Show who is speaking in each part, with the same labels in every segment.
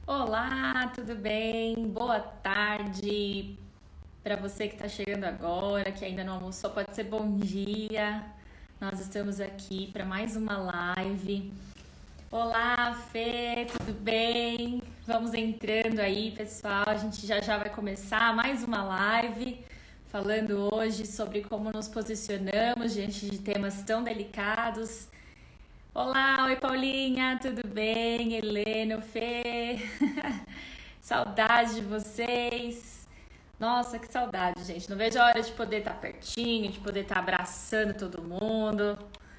Speaker 1: Olá, tudo bem? Boa tarde para você que está chegando agora, que ainda não almoçou, pode ser bom dia. Nós estamos aqui para mais uma live. Olá, Fê, tudo bem? Vamos entrando aí, pessoal. A gente já já vai começar mais uma live falando hoje sobre como nos posicionamos diante de temas tão delicados. Olá, oi Paulinha, tudo bem? Helena, Fê, saudade de vocês. Nossa, que saudade, gente. Não vejo a hora de poder estar pertinho, de poder estar abraçando todo mundo.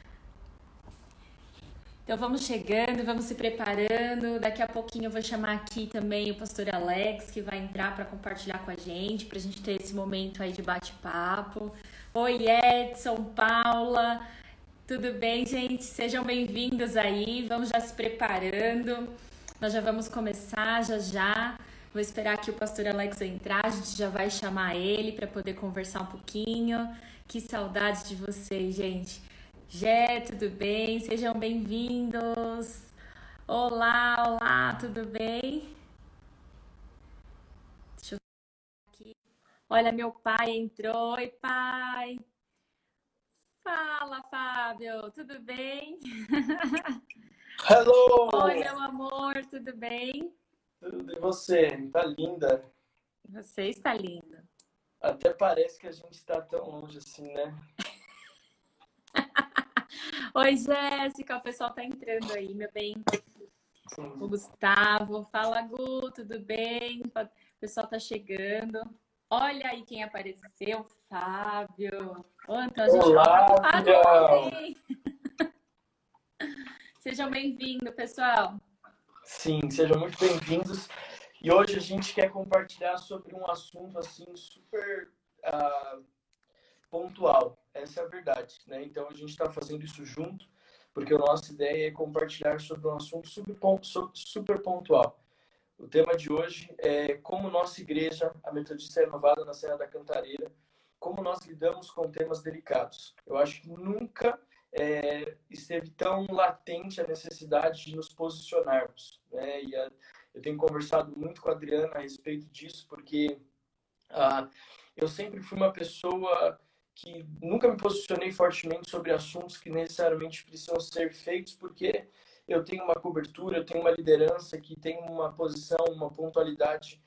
Speaker 1: Então vamos chegando, vamos se preparando. Daqui a pouquinho eu vou chamar aqui também o pastor Alex, que vai entrar para compartilhar com a gente ter esse momento aí de bate-papo. Oi, Edson, Paula. Tudo bem, gente? Sejam bem-vindos aí. Vamos já se preparando. Nós já vamos começar já já. Vou esperar aqui o pastor Alex entrar. A gente já vai chamar ele para poder conversar um pouquinho. Que saudade de vocês, gente. Jé, tudo bem? Sejam bem-vindos. Olá, olá, tudo bem? Deixa eu ver aqui. Olha, meu pai entrou. Oi, pai. Fala, Fábio, tudo bem?
Speaker 2: Hello!
Speaker 1: Oi, meu amor, tudo bem?
Speaker 2: Tudo e você? Tá linda.
Speaker 1: Você está lindo.
Speaker 2: Até parece que a gente tá tão longe assim, né?
Speaker 1: Oi, Jéssica, o pessoal tá entrando aí, meu bem. O
Speaker 2: Sim.
Speaker 1: Gustavo, fala, Gu, tudo bem? O pessoal tá chegando. Olha aí quem apareceu, Fábio. Oh, então a gente fala com o
Speaker 2: Olá,
Speaker 1: Fábio
Speaker 2: filhão!
Speaker 1: ontem. Sejam bem-vindos, pessoal.
Speaker 2: Sim, sejam muito bem-vindos. E hoje a gente quer compartilhar sobre um assunto assim super pontual. Essa é a verdade, né? Então a gente está fazendo isso junto, porque a nossa ideia é compartilhar sobre um assunto super pontual. O tema de hoje é como nossa igreja, a Metodista Renovada na Serra da Cantareira, como nós lidamos com temas delicados. Eu acho que nunca esteve tão latente a necessidade de nos posicionarmos, né? Eu tenho conversado muito com a Adriana a respeito disso, porque eu sempre fui uma pessoa que nunca me posicionei fortemente sobre assuntos que necessariamente precisam ser feitos, porque eu tenho uma cobertura, eu tenho uma liderança que tem uma posição, uma pontualidade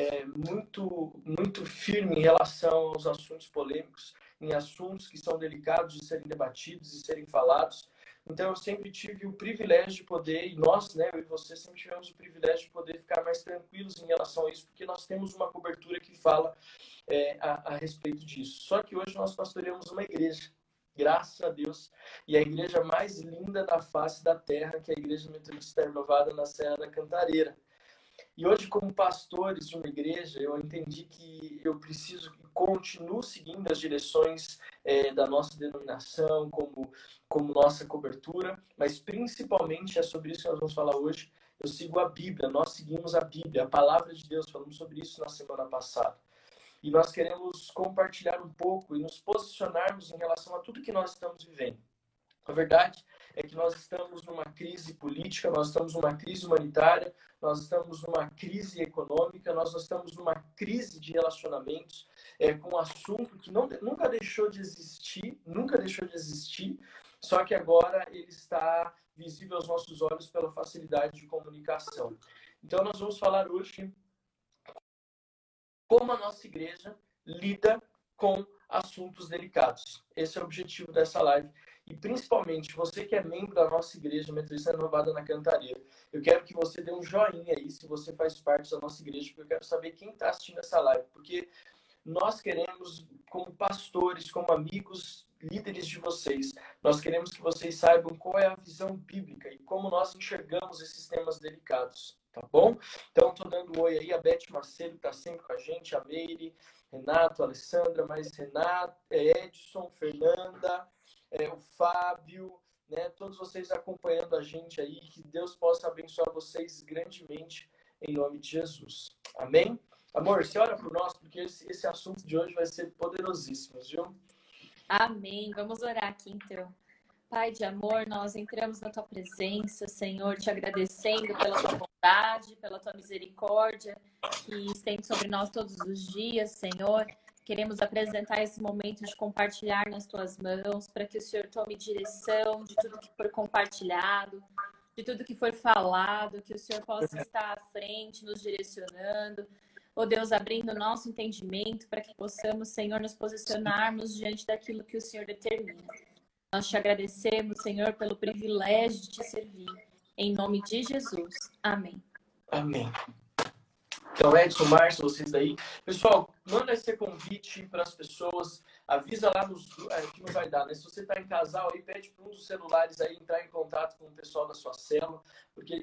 Speaker 2: muito firme em relação aos assuntos polêmicos, em assuntos que são delicados de serem debatidos e serem falados. Então, eu sempre tive o privilégio de poder, e nós, né, eu e você, sempre tivemos o privilégio de poder ficar mais tranquilos em relação a isso, porque nós temos uma cobertura que fala a respeito disso. Só que hoje nós pastoreamos uma igreja, graças a Deus, e a igreja mais linda da face da terra, que é a Igreja Metodista Renovada na Serra da Cantareira. E hoje, como pastores de uma igreja, eu entendi que eu preciso e continuo seguindo as direções da nossa denominação, como nossa cobertura, mas principalmente é sobre isso que nós vamos falar hoje. Eu sigo a Bíblia, nós seguimos a Bíblia, a palavra de Deus, falamos sobre isso na semana passada. E nós queremos compartilhar um pouco e nos posicionarmos em relação a tudo que nós estamos vivendo. A verdade é que nós estamos numa crise política, nós estamos numa crise humanitária, nós estamos numa crise econômica, nós estamos numa crise de relacionamentos, com um assunto que nunca deixou de existir, só que agora ele está visível aos nossos olhos pela facilidade de comunicação. Então nós vamos falar hoje como a nossa igreja lida com assuntos delicados. Esse é o objetivo dessa live. E principalmente, você que é membro da nossa igreja Metodista Renovada na Cantareira, eu quero que você dê um joinha aí se você faz parte da nossa igreja, porque eu quero saber quem está assistindo essa live. Porque nós queremos, como pastores, como amigos, líderes de vocês, nós queremos que vocês saibam qual é a visão bíblica e como nós enxergamos esses temas delicados, tá bom? Então, estou dando um oi aí, a Beth Marcelo está sempre com a gente, a Meire, Renato, Alessandra, mais Renato, Edson, Fernanda, o Fábio, né? Todos vocês acompanhando a gente aí, que Deus possa abençoar vocês grandemente, em nome de Jesus. Amém? Amor, você ora por nós, porque esse assunto de hoje vai ser poderosíssimo, viu?
Speaker 1: Amém. Vamos orar aqui então. Pai de amor, nós entramos na tua presença, Senhor, te agradecendo pela tua bondade, pela tua misericórdia que estende sobre nós todos os dias, Senhor. Queremos apresentar esse momento de compartilhar nas tuas mãos, para que o Senhor tome direção de tudo que for compartilhado, de tudo que for falado, que o Senhor possa estar à frente, nos direcionando. Ó Deus, abrindo o nosso entendimento para que possamos, Senhor, nos posicionarmos diante daquilo que o Senhor determina. Nós te agradecemos, Senhor, pelo privilégio de te servir. Em nome de Jesus. Amém.
Speaker 2: Amém. Então, Edson, Márcio, vocês daí. Pessoal, manda esse convite para as pessoas. Avisa lá nos... que não vai dar, né? Se você está em casal aí, pede para um dos celulares aí entrar em contato com o pessoal da sua célula, porque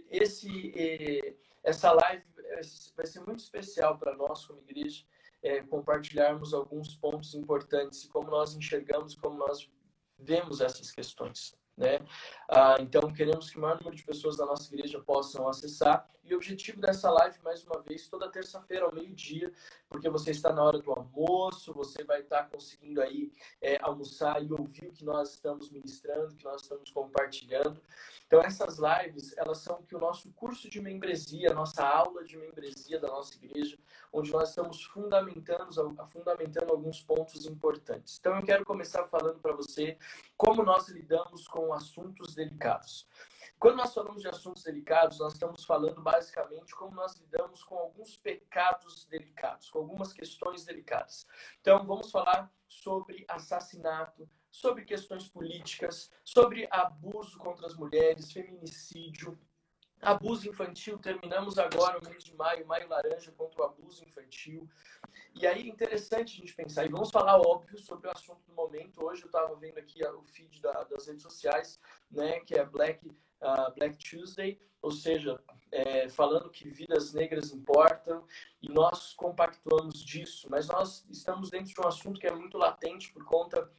Speaker 2: essa live vai ser muito especial para nós como igreja, compartilharmos alguns pontos importantes, como nós enxergamos, como nós vemos essas questões, né? Então, queremos que o maior número de pessoas da nossa igreja possam acessar. E o objetivo dessa live, mais uma vez, toda terça-feira ao meio-dia, porque você está na hora do almoço, você vai estar conseguindo aí almoçar e ouvir o que nós estamos ministrando, o que nós estamos compartilhando. Então, essas lives, elas são que o nosso curso de membresia, a nossa aula de membresia da nossa igreja, onde nós estamos fundamentando alguns pontos importantes. Então, eu quero começar falando para você como nós lidamos com assuntos delicados. Quando nós falamos de assuntos delicados, nós estamos falando basicamente como nós lidamos com alguns pecados delicados, com algumas questões delicadas. Então, vamos falar sobre assassinato, sobre questões políticas, sobre abuso contra as mulheres, feminicídio, abuso infantil. Terminamos agora o mês de maio, maio laranja, contra o abuso infantil. E aí, interessante a gente pensar, e vamos falar, óbvio, sobre o assunto do momento. Hoje eu estava vendo aqui o feed das redes sociais, né, que é Black Tuesday, ou seja, falando que vidas negras importam, e nós compactuamos disso, mas nós estamos dentro de um assunto que é muito latente por conta,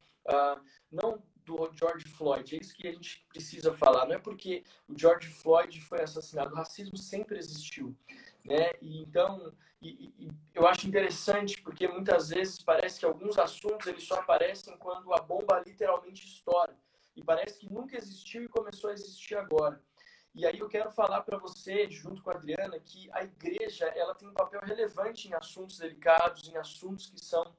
Speaker 2: não do George Floyd, é isso que a gente precisa falar, não é porque o George Floyd foi assassinado, o racismo sempre existiu, né? E então, eu acho interessante porque muitas vezes parece que alguns assuntos eles só aparecem quando a bomba literalmente estoura, e parece que nunca existiu e começou a existir agora. E aí eu quero falar para você, junto com a Adriana, que a igreja ela tem um papel relevante em assuntos delicados, em assuntos que são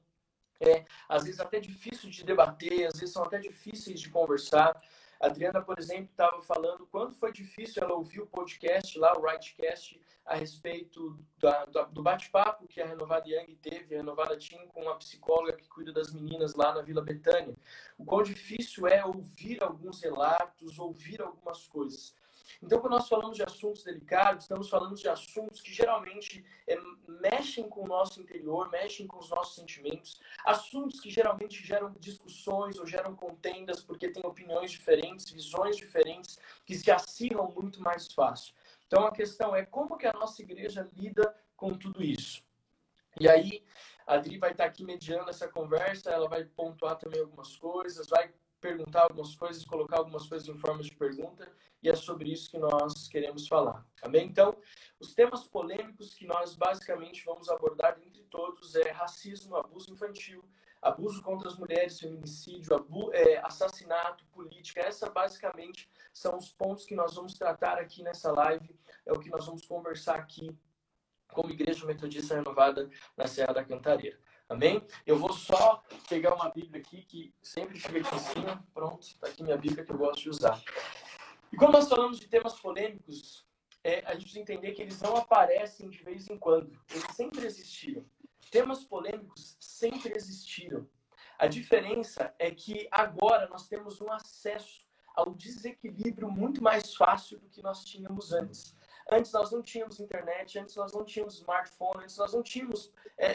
Speaker 2: às vezes até difíceis de debater, às vezes são até difíceis de conversar. A Adriana, por exemplo, estava falando quando foi difícil ela ouvir o podcast lá, o Rightcast, a respeito do bate-papo que a Renovada Young teve, a Renovada Team, com uma psicóloga que cuida das meninas lá na Vila Betânia. O quão difícil é ouvir alguns relatos, ouvir algumas coisas. Então, quando nós falamos de assuntos delicados, estamos falando de assuntos que geralmente mexem com o nosso interior, mexem com os nossos sentimentos, assuntos que geralmente geram discussões ou geram contendas porque tem opiniões diferentes, visões diferentes, que se acirram muito mais fácil. Então, a questão é como que a nossa igreja lida com tudo isso. E aí, a Adri vai estar aqui mediando essa conversa, ela vai pontuar também algumas coisas, vai perguntar algumas coisas, colocar algumas coisas em forma de pergunta, e é sobre isso que nós queremos falar. Amém? Então, os temas polêmicos que nós basicamente vamos abordar entre todos é racismo, abuso infantil, abuso contra as mulheres, feminicídio, assassinato, política. Essa basicamente são os pontos que nós vamos tratar aqui nessa live, é o que nós vamos conversar aqui como Igreja Metodista Renovada na Serra da Cantareira. Amém? Eu vou só pegar uma Bíblia aqui, que sempre fica aqui em cima. Pronto, está aqui minha Bíblia que eu gosto de usar. E quando nós falamos de temas polêmicos, a gente precisa entender que eles não aparecem de vez em quando. Eles sempre existiram. Temas polêmicos sempre existiram. A diferença é que agora nós temos um acesso ao desequilíbrio muito mais fácil do que nós tínhamos antes. Antes nós não tínhamos internet, antes nós não tínhamos smartphone, antes nós não tínhamos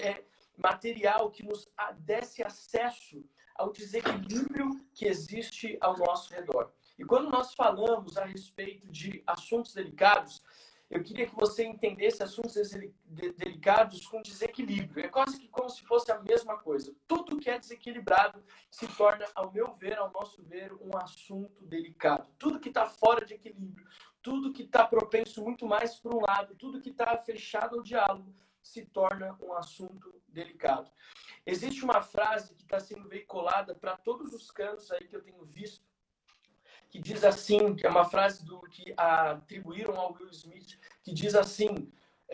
Speaker 2: material que nos desse acesso ao desequilíbrio que existe ao nosso redor. E quando nós falamos a respeito de assuntos delicados, eu queria que você entendesse assuntos delicados com desequilíbrio. É quase que como se fosse a mesma coisa. Tudo que é desequilibrado se torna, ao meu ver, ao nosso ver, um assunto delicado. Tudo que está fora de equilíbrio, tudo que está propenso muito mais para um lado, tudo que está fechado ao diálogo, se torna um assunto delicado. Existe uma frase que está sendo veiculada para todos os cantos aí que eu tenho visto, que diz assim, que é uma frase que atribuíram ao Will Smith, que diz assim,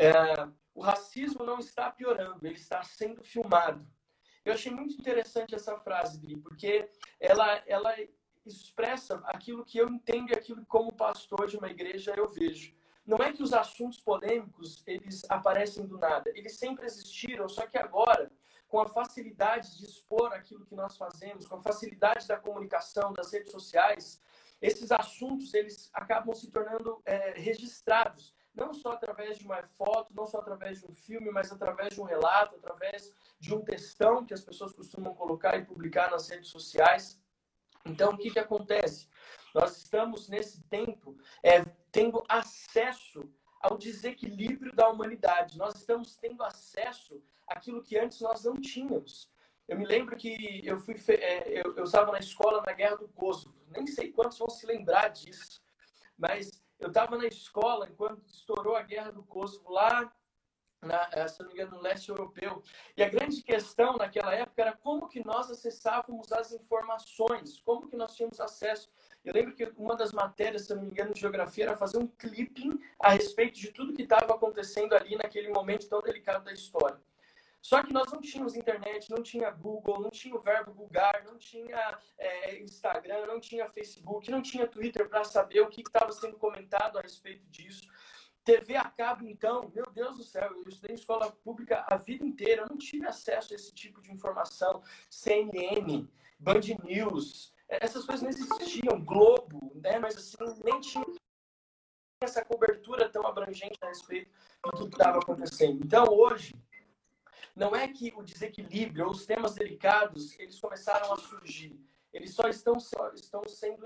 Speaker 2: o racismo não está piorando, ele está sendo filmado. Eu achei muito interessante essa frase, Dri, porque ela expressa aquilo que eu entendo e aquilo que, como pastor de uma igreja, eu vejo. Não é que os assuntos polêmicos, eles aparecem do nada. Eles sempre existiram, só que agora, com a facilidade de expor aquilo que nós fazemos, com a facilidade da comunicação, das redes sociais, esses assuntos, eles acabam se tornando registrados. Não só através de uma foto, não só através de um filme, mas através de um relato, através de um textão que as pessoas costumam colocar e publicar nas redes sociais. Então, o que acontece? Nós estamos, nesse tempo, tendo acesso ao desequilíbrio da humanidade. Nós estamos tendo acesso àquilo que antes nós não tínhamos. Eu me lembro que eu estava na escola na Guerra do Kosovo. Nem sei quantos vão se lembrar disso, mas eu estava na escola enquanto estourou a Guerra do Kosovo lá, se não me engano, no leste europeu. E a grande questão naquela época era como que nós acessávamos as informações, como que nós tínhamos acesso. Eu lembro que uma das matérias, se não me engano, de geografia, era fazer um clipping a respeito de tudo que estava acontecendo ali naquele momento tão delicado da história. Só que nós não tínhamos internet, não tinha Google, não tinha o verbo googar, não tinha Instagram, não tinha Facebook, não tinha Twitter para saber o que estava sendo comentado a respeito disso. TV a cabo, então, meu Deus do céu, eu estudei em escola pública a vida inteira, eu não tive acesso a esse tipo de informação. CNN, Band News, essas coisas não existiam, Globo, né? Mas assim, nem tinha essa cobertura tão abrangente a respeito do que estava acontecendo. Então, hoje, não é que o desequilíbrio ou os temas delicados, eles começaram a surgir. Eles só estão sendo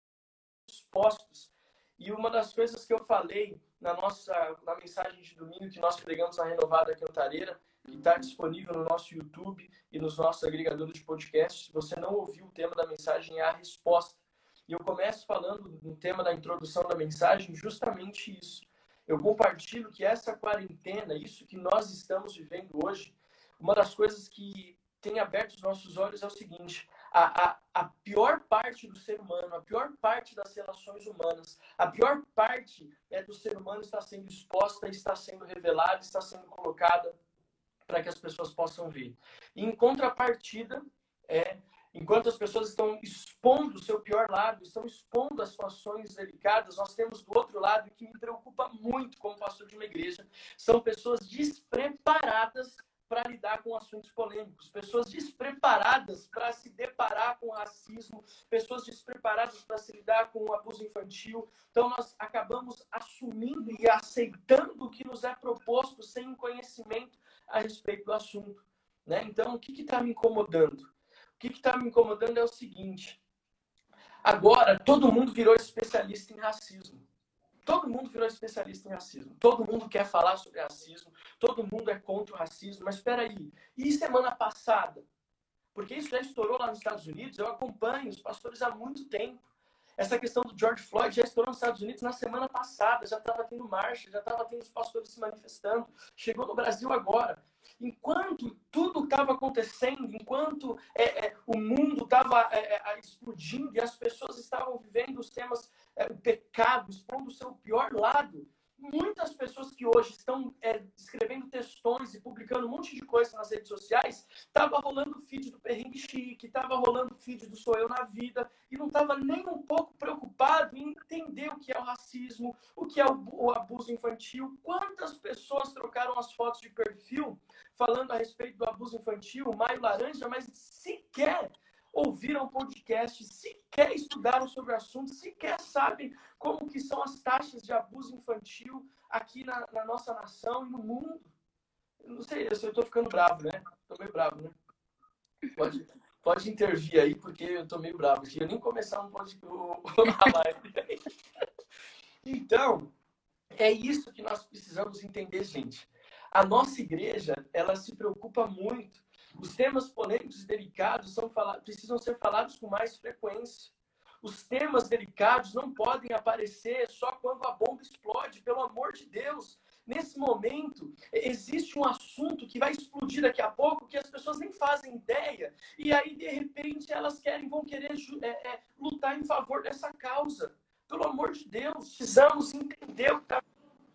Speaker 2: expostos. E uma das coisas que eu falei na mensagem de domingo que nós pregamos na Renovada Cantareira, que está disponível no nosso YouTube e nos nossos agregadores de podcast, se você não ouviu o tema da mensagem, é a resposta. E eu começo falando no tema da introdução da mensagem justamente isso. Eu compartilho que essa quarentena, isso que nós estamos vivendo hoje, uma das coisas que tem aberto os nossos olhos é o seguinte: a pior parte do ser humano, a pior parte das relações humanas, a pior parte do ser humano está sendo exposta, está sendo revelada, está sendo colocada para que as pessoas possam ver. E em contrapartida, enquanto as pessoas estão expondo o seu pior lado, estão expondo as situações delicadas, nós temos do outro lado, que me preocupa muito como pastor de uma igreja, são pessoas despreparadas para lidar com assuntos polêmicos, pessoas despreparadas para se deparar com racismo, pessoas despreparadas para se lidar com o abuso infantil. Então, nós acabamos assumindo e aceitando o que nos é proposto sem conhecimento a respeito do assunto, né? Então, o que está me incomodando? O que está me incomodando é o seguinte: agora todo mundo virou especialista em racismo. Todo mundo virou especialista em racismo. Todo mundo quer falar sobre racismo. Todo mundo é contra o racismo. Mas espera aí. E semana passada? Porque isso já estourou lá nos Estados Unidos. Eu acompanho os pastores há muito tempo. Essa questão do George Floyd já estourou nos Estados Unidos na semana passada. Já estava tendo marcha, já estava tendo os pastores se manifestando. Chegou no Brasil agora. Enquanto tudo estava acontecendo, enquanto o mundo estava explodindo e as pessoas estavam vivendo os temas, o pecado, expondo o seu pior lado, muitas pessoas que hoje estão escrevendo textões e publicando um monte de coisa nas redes sociais, estava rolando o feed do Perrengue Chique, estava rolando o feed do Sou Eu na Vida, e não estava nem um pouco preocupado em entender o que é o racismo, o que é o abuso infantil. Quantas pessoas trocaram as fotos de perfil falando a respeito do abuso infantil, Maio Laranja, mas sequer ouviram podcast, sequer estudaram sobre o assunto, sequer sabem como que são as taxas de abuso infantil aqui na nossa nação e no mundo. Eu não sei, eu estou ficando bravo, né? Estou meio bravo, né? Pode intervir aí, porque eu estou meio bravo. Eu nem começar a live. Então, é isso que nós precisamos entender, gente. A nossa igreja, ela se preocupa muito. Os temas polêmicos e delicados precisam ser falados com mais frequência. Os temas delicados não podem aparecer só quando a bomba explode, pelo amor de Deus. nesse momento, existe um assunto que vai explodir daqui a pouco, que as pessoas nem fazem ideia, e aí, de repente, vão querer lutar em favor dessa causa. Pelo amor de Deus, precisamos entender o que está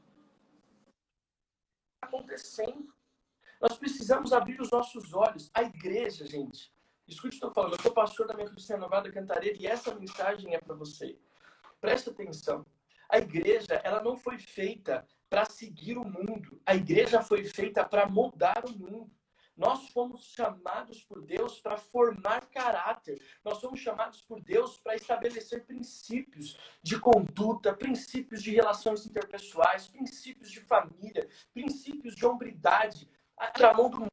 Speaker 2: acontecendo. Nós precisamos abrir os nossos olhos. A igreja, gente, escute o que eu estou falando, eu sou pastor da Metodista Renovada Cantareira e essa mensagem é para você. Presta atenção. A igreja, ela não foi feita para seguir o mundo. A igreja foi feita para moldar o mundo. Nós fomos chamados por Deus para formar caráter. Nós somos chamados por Deus para estabelecer princípios de conduta, princípios de relações interpessoais, princípios de família, princípios de hombridade. A contramão do mundo.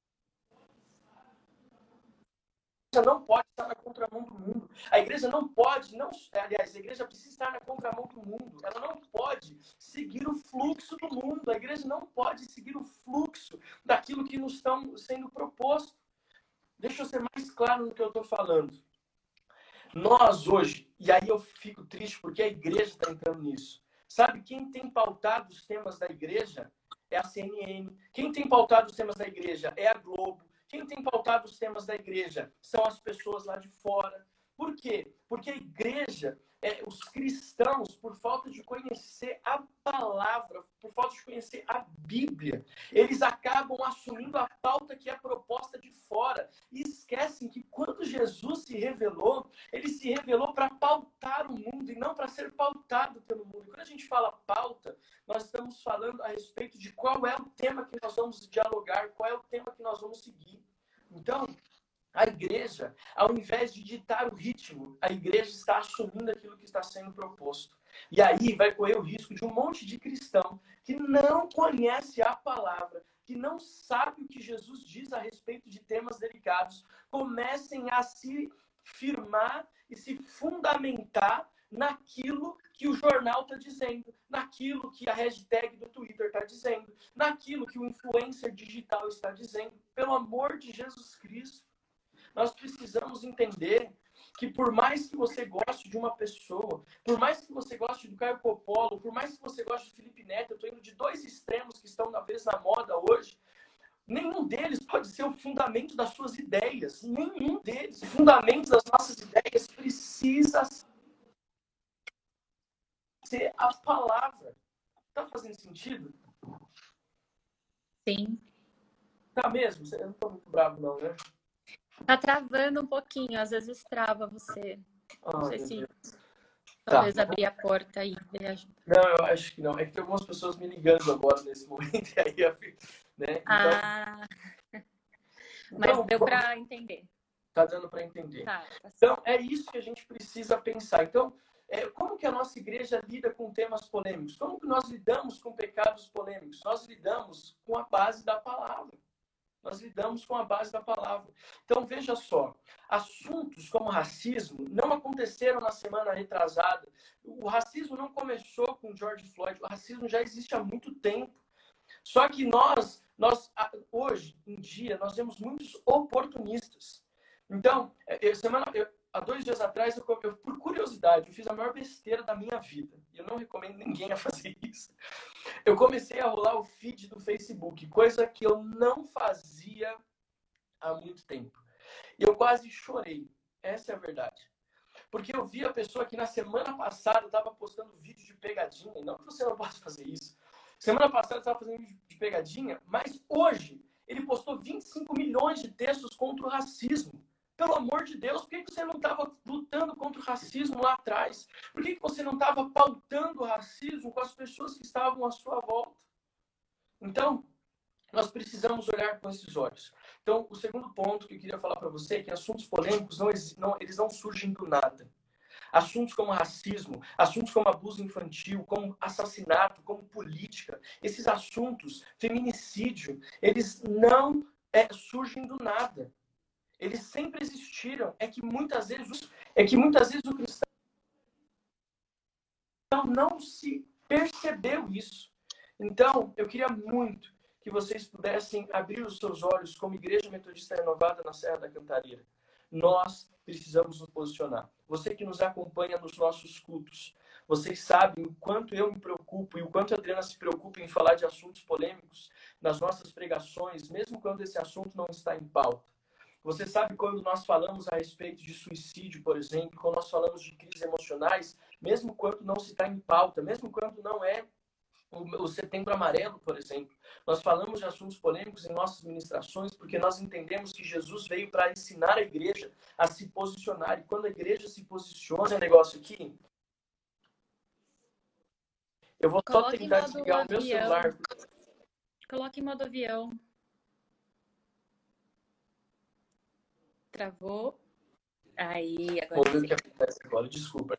Speaker 2: A igreja não pode estar na contramão do mundo. A igreja não pode, aliás, a igreja precisa estar na contramão do mundo. Ela não pode seguir o fluxo do mundo. A igreja não pode seguir o fluxo daquilo que nos estão sendo proposto. Deixa eu ser mais claro no que eu estou falando. Nós hoje, e aí eu fico triste porque a igreja está entrando nisso. Sabe, quem tem pautado os temas da igreja é a CNN. Quem tem pautado os temas da igreja é a Globo. Quem tem pautado os temas da igreja são as pessoas lá de fora. Por quê? Porque a igreja, os cristãos, por falta de conhecer a palavra, por falta de conhecer a Bíblia, eles acabam assumindo a pauta que é proposta de fora e esquecem que quando Jesus se revelou, ele se revelou para pautar o mundo e não para ser pautado pelo mundo. Quando a gente fala pauta, nós estamos falando a respeito de qual é o tema que nós vamos dialogar, qual é o tema que nós vamos seguir. Então, a igreja, ao invés de ditar o ritmo, a igreja está assumindo aquilo que está sendo proposto. E aí vai correr o risco de um monte de cristão que não conhece a palavra, que não sabe o que Jesus diz a respeito de temas delicados, comecem a se firmar e se fundamentar naquilo que o jornal está dizendo, naquilo que a hashtag do Twitter está dizendo, naquilo que o influencer digital está dizendo. Pelo amor de Jesus Cristo, nós precisamos entender que por mais que você goste de uma pessoa, por mais que você goste do Caio Coppola, por mais que você goste do Felipe Neto, eu estou indo de dois extremos que estão, na vez, na moda hoje, nenhum deles pode ser o fundamento das suas ideias. Nenhum deles. O fundamento das nossas ideias precisa ser a palavra. Tá fazendo sentido?
Speaker 1: Sim.
Speaker 2: Tá mesmo? Eu não tô muito bravo, não, né?
Speaker 1: Tá travando um pouquinho, às vezes trava você. Não sei se talvez abrir a porta aí.
Speaker 2: Não, eu acho que não. É que tem algumas pessoas me ligando agora nesse momento, e aí eu fico, né? Então,
Speaker 1: mas deu para entender.
Speaker 2: Tá dando para entender.
Speaker 1: Tá.
Speaker 2: Então, é isso que a gente precisa pensar. Então, como que a nossa igreja lida com temas polêmicos? Como que nós lidamos com pecados polêmicos? Nós lidamos com a base da palavra. Nós lidamos com a base da palavra. Então, veja só. Assuntos como racismo não aconteceram na semana retrasada. O racismo não começou com George Floyd. O racismo já existe há muito tempo. Só que nós hoje em dia, nós temos muitos oportunistas. Então, há 2 dias atrás, por curiosidade, eu fiz a maior besteira da minha vida. E eu não recomendo ninguém a fazer isso. Eu comecei a rolar o feed do Facebook, coisa que eu não fazia há muito tempo. E eu quase chorei. Essa é a verdade. Porque eu vi a pessoa que na semana passada estava postando vídeo de pegadinha. E não que você não possa fazer isso. Semana passada estava fazendo vídeo de pegadinha, mas hoje ele postou 25 milhões de textos contra o racismo. Pelo amor de Deus, por que você não estava lutando contra o racismo lá atrás? Por que você não estava pautando o racismo com as pessoas que estavam à sua volta? Então, nós precisamos olhar com esses olhos. Então, o segundo ponto que eu queria falar para você é que assuntos polêmicos eles não surgem do nada. Assuntos como racismo, assuntos como abuso infantil, como assassinato, como política, esses assuntos, feminicídio, eles não surgem do nada. Eles sempre existiram. É que muitas vezes o cristão não se percebeu isso. Então, eu queria muito que vocês pudessem abrir os seus olhos como Igreja Metodista Renovada na Serra da Cantareira. Nós precisamos nos posicionar. Você que nos acompanha nos nossos cultos, Vocês sabem o quanto eu me preocupo e o quanto a Adriana se preocupa em falar de assuntos polêmicos nas nossas pregações, mesmo quando esse assunto não está em pauta. Você sabe quando nós falamos a respeito de suicídio, por exemplo, quando nós falamos de crises emocionais, mesmo quando não se está em pauta, mesmo quando não é o Setembro Amarelo, por exemplo. Nós falamos de assuntos polêmicos em nossas ministrações porque nós entendemos que Jesus veio para ensinar a igreja a se posicionar. E quando a igreja se posiciona, negócio aqui, eu vou só tentar desligar o meu celular.
Speaker 1: Coloque em modo avião. Travou. Aí, agora
Speaker 2: Vou ver o que acontece agora. Desculpa.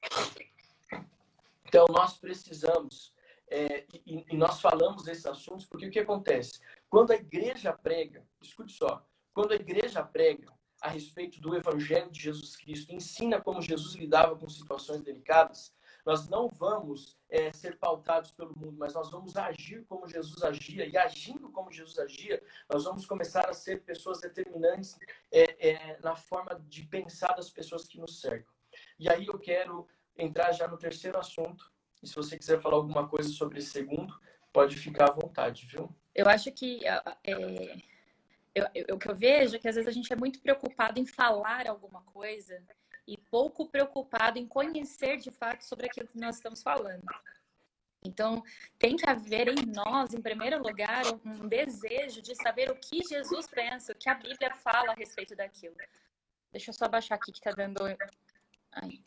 Speaker 2: Então, nós precisamos... e nós falamos desses assuntos porque o que acontece? Quando a igreja prega, escute só, quando a igreja prega a respeito do Evangelho de Jesus Cristo, ensina como Jesus lidava com situações delicadas, nós não vamos ser pautados pelo mundo, mas nós vamos agir como Jesus agia, e agindo como Jesus agia, nós vamos começar a ser pessoas determinantes na forma de pensar das pessoas que nos cercam. E aí eu quero entrar já no terceiro assunto. E se você quiser falar alguma coisa sobre esse segundo, pode ficar à vontade, viu?
Speaker 1: Eu acho que o que eu vejo é que às vezes a gente é muito preocupado em falar alguma coisa e pouco preocupado em conhecer de fato sobre aquilo que nós estamos falando. Então, tem que haver em nós, em primeiro lugar, um desejo de saber o que Jesus pensa, o que a Bíblia fala a respeito daquilo. Deixa eu só abaixar aqui que tá dando... Ai.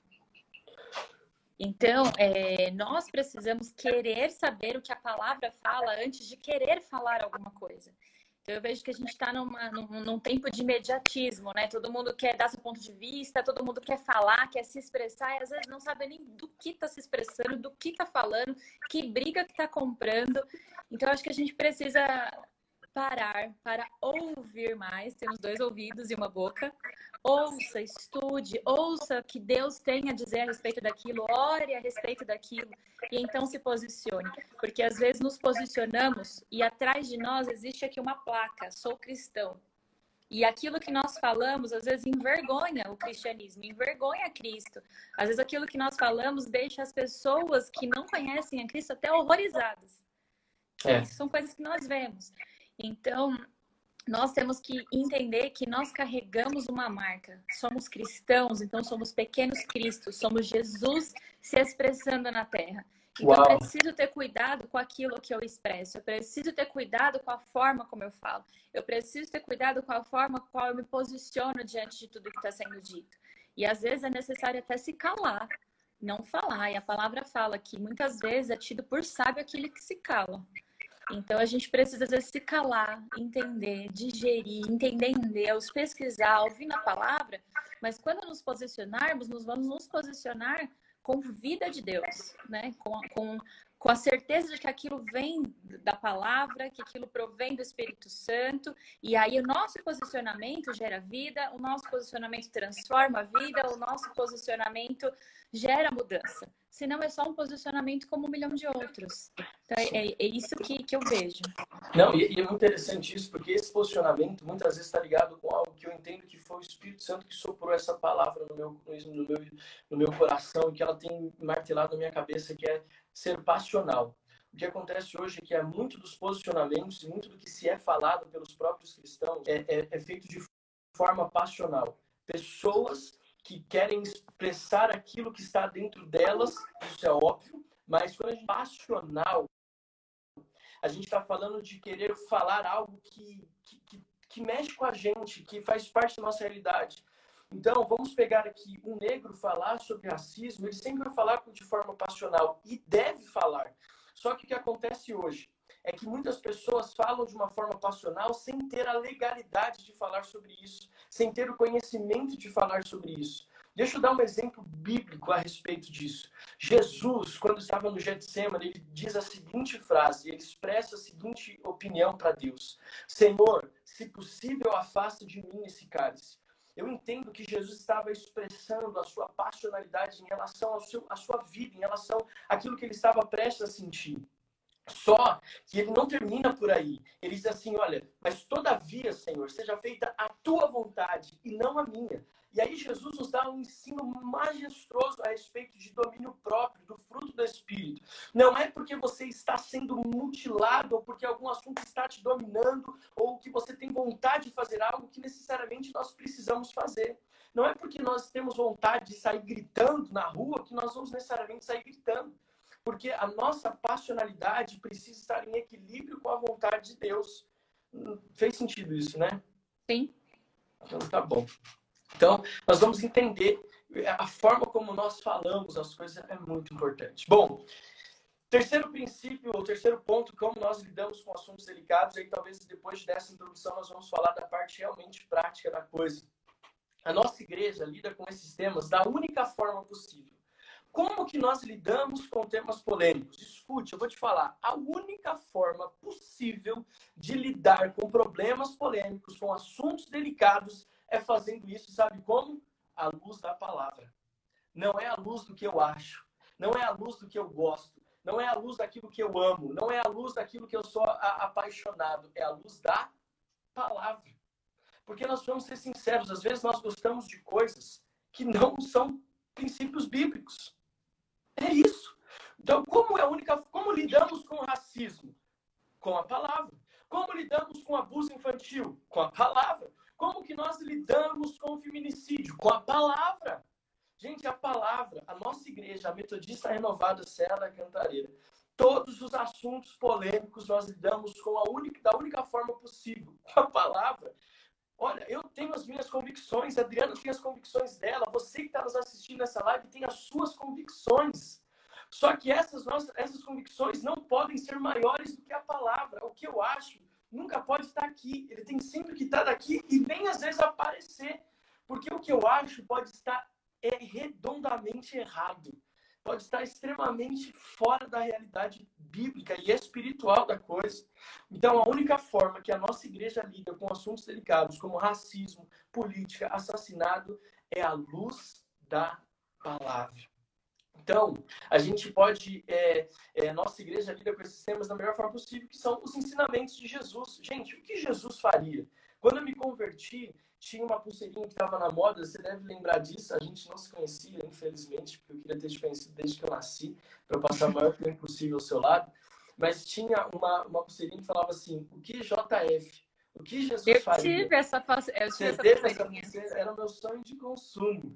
Speaker 1: Então, nós precisamos querer saber o que a palavra fala antes de querer falar alguma coisa. Então, eu vejo que a gente está num tempo de imediatismo, né? Todo mundo quer dar seu ponto de vista, todo mundo quer falar, quer se expressar, e às vezes não sabe nem do que está se expressando, do que está falando, que briga que está comprando. Então, eu acho que a gente precisa parar para ouvir mais. Temos 2 ouvidos e uma boca. Ouça, estude, ouça o que Deus tem a dizer a respeito daquilo, ore a respeito daquilo e então se posicione. Porque às vezes nos posicionamos e atrás de nós existe aqui uma placa, sou cristão. E aquilo que nós falamos às vezes envergonha o cristianismo, envergonha Cristo. Às vezes aquilo que nós falamos deixa as pessoas que não conhecem a Cristo até horrorizadas. Isso são coisas que nós vemos. Então, nós temos que entender que nós carregamos uma marca. Somos cristãos, então somos pequenos cristos. Somos Jesus se expressando na terra. Então, eu preciso ter cuidado com aquilo que eu expresso. Eu preciso ter cuidado com a forma como eu falo. Eu preciso ter cuidado com a forma qual eu me posiciono diante de tudo que está sendo dito. E, às vezes, é necessário até se calar, não falar. E a palavra fala que, muitas vezes, é tido por sábio aquele que se cala. Então, a gente precisa, às vezes, se calar, entender, digerir, entender Deus, pesquisar, ouvir na palavra. Mas quando nos posicionarmos, nós vamos nos posicionar com vida de Deus, né? Com a certeza de que aquilo vem da palavra, que aquilo provém do Espírito Santo. E aí o nosso posicionamento gera vida, o nosso posicionamento transforma a vida, o nosso posicionamento gera mudança. Senão é só um posicionamento como 1 milhão de outros. Então é isso que eu vejo.
Speaker 2: Não, e é muito interessante isso, porque esse posicionamento muitas vezes está ligado com algo que eu entendo que foi o Espírito Santo que soprou essa palavra no meu coração e que ela tem martelado na minha cabeça, que é ser passional. O que acontece hoje é que muito dos posicionamentos e muito do que se é falado pelos próprios cristãos é feito de forma passional. Pessoas que querem expressar aquilo que está dentro delas, isso é óbvio, mas quando a gente é passional, a gente está falando de querer falar algo que mexe com a gente, que faz parte da nossa realidade. Então, vamos pegar aqui um negro falar sobre racismo, ele sempre vai falar de forma passional, e deve falar. Só que o que acontece hoje é que muitas pessoas falam de uma forma passional sem ter a legalidade de falar sobre isso, sem ter o conhecimento de falar sobre isso. Deixa eu dar um exemplo bíblico a respeito disso. Jesus, quando estava no Getsemane, ele diz a seguinte frase, ele expressa a seguinte opinião para Deus: Senhor, se possível, afasta de mim esse cálice. Eu entendo que Jesus estava expressando a sua passionalidade em relação à sua vida, em relação àquilo que ele estava prestes a sentir. Só que ele não termina por aí. Ele diz assim, olha, mas todavia, Senhor, seja feita a tua vontade e não a minha. E aí Jesus nos dá um ensino majestoso a respeito de domínio próprio, do fruto do Espírito. Não é porque você está sendo mutilado, ou porque algum assunto está te dominando, ou que você tem vontade de fazer algo que necessariamente nós precisamos fazer. Não é porque nós temos vontade de sair gritando na rua que nós vamos necessariamente sair gritando. Porque a nossa passionalidade precisa estar em equilíbrio com a vontade de Deus. Fez sentido isso, né?
Speaker 1: Sim.
Speaker 2: Então, tá bom. Então, nós vamos entender a forma como nós falamos as coisas é muito importante. Bom, terceiro princípio, ou terceiro ponto, como nós lidamos com assuntos delicados, aí talvez depois dessa introdução nós vamos falar da parte realmente prática da coisa. A nossa igreja lida com esses temas da única forma possível. Como que nós lidamos com temas polêmicos? Escute, eu vou te falar. A única forma possível de lidar com problemas polêmicos, com assuntos delicados, é fazendo isso, sabe como? À luz da palavra. Não é à luz do que eu acho. Não é à luz do que eu gosto. Não é à luz daquilo que eu amo. Não é à luz daquilo que eu sou apaixonado. É à luz da palavra. Porque nós vamos ser sinceros. Às vezes nós gostamos de coisas que não são princípios bíblicos. É isso. Então, como lidamos com o racismo? Com a palavra. Como lidamos com o abuso infantil? Com a palavra. Como que nós lidamos com o feminicídio? Com a palavra. Gente, a palavra, a nossa igreja, a Metodista Renovada Serra da Cantareira, todos os assuntos polêmicos nós lidamos da única forma possível, com a palavra. Olha, eu tenho as minhas convicções, a Adriana tem as convicções dela, você que está nos assistindo nessa live tem as suas convicções. Só que essas convicções não podem ser maiores do que a palavra. O que eu acho nunca pode estar aqui. Ele tem sempre que estar daqui e nem às vezes aparecer. Porque o que eu acho pode estar redondamente errado. Pode estar extremamente fora da realidade bíblica e espiritual da coisa. Então, a única forma que a nossa igreja lida com assuntos delicados, como racismo, política, assassinato, é à luz da palavra. Então, a gente pode... nossa igreja lida com esses temas da melhor forma possível, que são os ensinamentos de Jesus. Gente, o que Jesus faria? Quando eu me converti, tinha uma pulseirinha que estava na moda, você deve lembrar disso, a gente não se conhecia, infelizmente, porque eu queria ter te conhecido desde que eu nasci, para eu passar o maior tempo possível ao seu lado, mas tinha uma pulseirinha que falava assim, o que JF? O que Jesus faria?
Speaker 1: Eu tive essa
Speaker 2: pulseirinha. Era o meu sonho de consumo.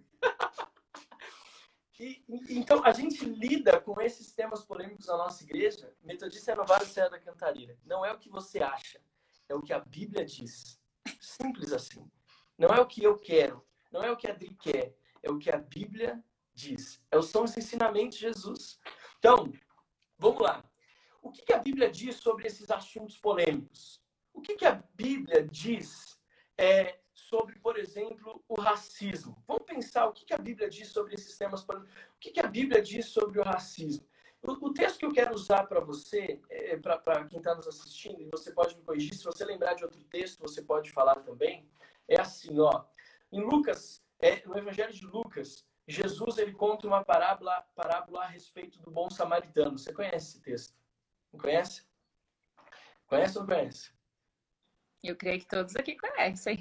Speaker 2: Então, a gente lida com esses temas polêmicos na nossa igreja, Metodista Renovada Serra da Cantareira. Não é o que você acha, é o que a Bíblia diz. Simples assim. Não é o que eu quero, não é o que a Adri quer, é o que a Bíblia diz. São os ensinamentos de Jesus. Então, vamos lá. O que a Bíblia diz sobre esses assuntos polêmicos? O que a Bíblia diz sobre, por exemplo, o racismo? Vamos pensar o que a Bíblia diz sobre esses temas polêmicos. O que a Bíblia diz sobre o racismo? O texto que eu quero usar para você, para quem está nos assistindo, e você pode me corrigir, se você lembrar de outro texto, você pode falar também, é assim, ó. Em Lucas, no Evangelho de Lucas, Jesus ele conta uma parábola a respeito do bom samaritano. Você conhece esse texto? Não conhece? Conhece ou não conhece?
Speaker 1: Eu creio que todos aqui conhecem.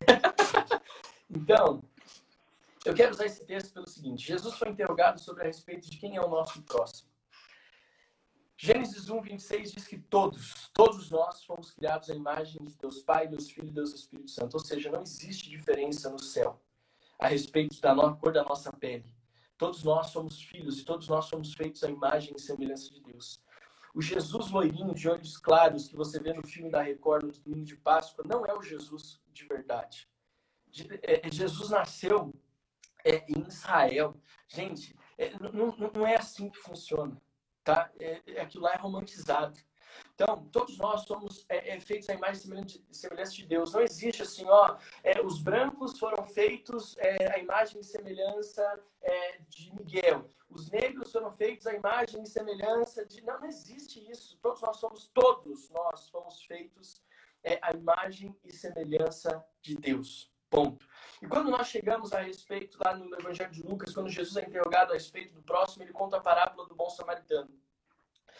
Speaker 2: Então, eu quero usar esse texto pelo seguinte. Jesus foi interrogado sobre a respeito de quem é o nosso próximo. Gênesis 1, 26 diz que todos nós fomos criados à imagem de Deus Pai, Deus Filho e Deus Espírito Santo. Ou seja, não existe diferença no céu a respeito da cor da nossa pele. Todos nós somos filhos e todos nós somos feitos à imagem e semelhança de Deus. O Jesus loirinho de olhos claros que você vê no filme da Record, no domingo de Páscoa, não é o Jesus de verdade. Jesus nasceu em Israel. Gente, não é assim que funciona. Tá? Aquilo lá é romantizado. Então, todos nós somos feitos à imagem e semelhança de Deus. Não existe assim, os brancos foram feitos à imagem e semelhança de Miguel. Os negros foram feitos à imagem e semelhança de... Não existe isso. Todos nós fomos feitos à imagem e semelhança de Deus. Ponto. E quando nós chegamos a respeito, lá no Evangelho de Lucas, quando Jesus é interrogado a respeito do próximo, ele conta a parábola do bom samaritano.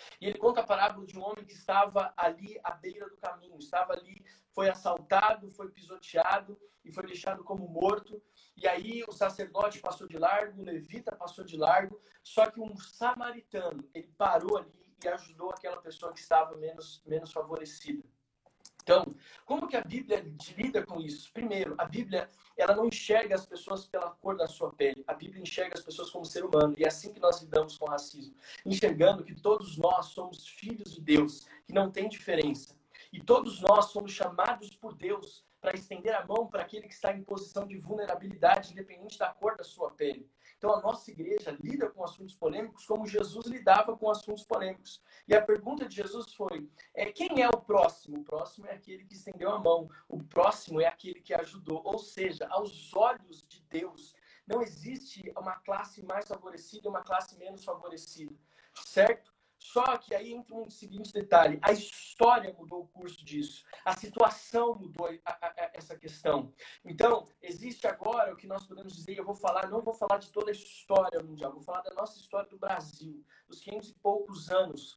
Speaker 2: E ele conta a parábola de um homem que estava ali à beira do caminho, estava ali, foi assaltado, foi pisoteado e foi deixado como morto. E aí o sacerdote passou de largo, o levita passou de largo, só que um samaritano, ele parou ali e ajudou aquela pessoa que estava menos favorecida. Então, como que a Bíblia lida com isso? Primeiro, a Bíblia, ela não enxerga as pessoas pela cor da sua pele. A Bíblia enxerga as pessoas como ser humano. E é assim que nós lidamos com o racismo. Enxergando que todos nós somos filhos de Deus, que não tem diferença. E todos nós somos chamados por Deus para estender a mão para aquele que está em posição de vulnerabilidade, independente da cor da sua pele. Então, a nossa igreja lida com assuntos polêmicos como Jesus lidava com assuntos polêmicos. E a pergunta de Jesus foi, quem é o próximo? O próximo é aquele que estendeu a mão. O próximo é aquele que ajudou. Ou seja, aos olhos de Deus, não existe uma classe mais favorecida e uma classe menos favorecida. Certo? Só que aí entra um seguinte detalhe. A história mudou o curso disso. A situação mudou essa questão. Então, existe agora o que nós podemos dizer, não vou falar de toda a história mundial, vou falar da nossa história do Brasil, dos 500 e poucos anos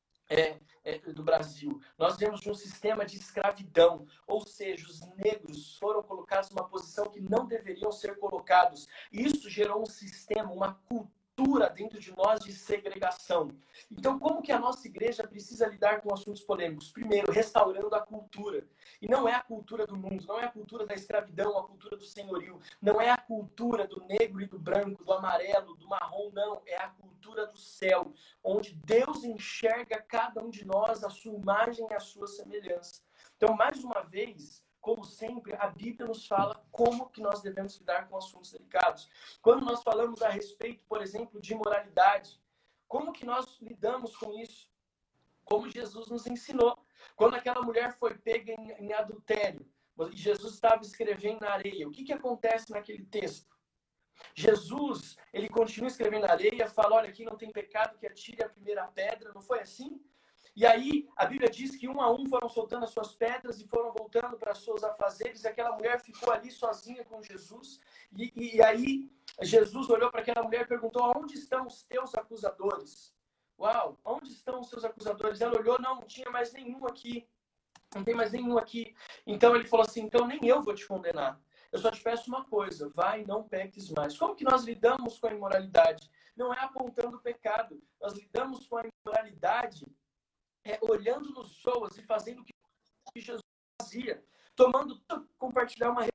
Speaker 2: do Brasil. Nós vemos de um sistema de escravidão, ou seja, os negros foram colocados numa posição que não deveriam ser colocados. Isso gerou um sistema, uma cultura dentro de nós de segregação. Então, como que a nossa igreja precisa lidar com assuntos polêmicos? Primeiro, restaurando a cultura. E não é a cultura do mundo, não é a cultura da escravidão, a cultura do senhorio, não é a cultura do negro e do branco, do amarelo, do marrom, não. É a cultura do céu, onde Deus enxerga cada um de nós, a sua imagem e a sua semelhança. Então, mais uma vez, como sempre, a Bíblia nos fala como que nós devemos lidar com assuntos delicados. Quando nós falamos a respeito, por exemplo, de imoralidade, como que nós lidamos com isso? Como Jesus nos ensinou. Quando aquela mulher foi pega em adultério, e Jesus estava escrevendo na areia, o que acontece naquele texto? Jesus, ele continua escrevendo na areia, fala, olha, aqui não tem pecado, que atire a primeira pedra, não foi assim? E aí, a Bíblia diz que um a um foram soltando as suas pedras e foram voltando para seus afazeres, e aquela mulher ficou ali sozinha com Jesus, e aí Jesus olhou para aquela mulher e perguntou, onde estão os teus acusadores? Uau, onde estão os seus acusadores? Ela olhou, não tinha mais nenhum aqui, não tem mais nenhum aqui. Então ele falou assim, então nem eu vou te condenar. Eu só te peço uma coisa, vai e não peques mais. Como que nós lidamos com a imoralidade? Não é apontando o pecado, nós lidamos com a imoralidade olhando nos pessoas e fazendo o que Jesus fazia. Compartilhar uma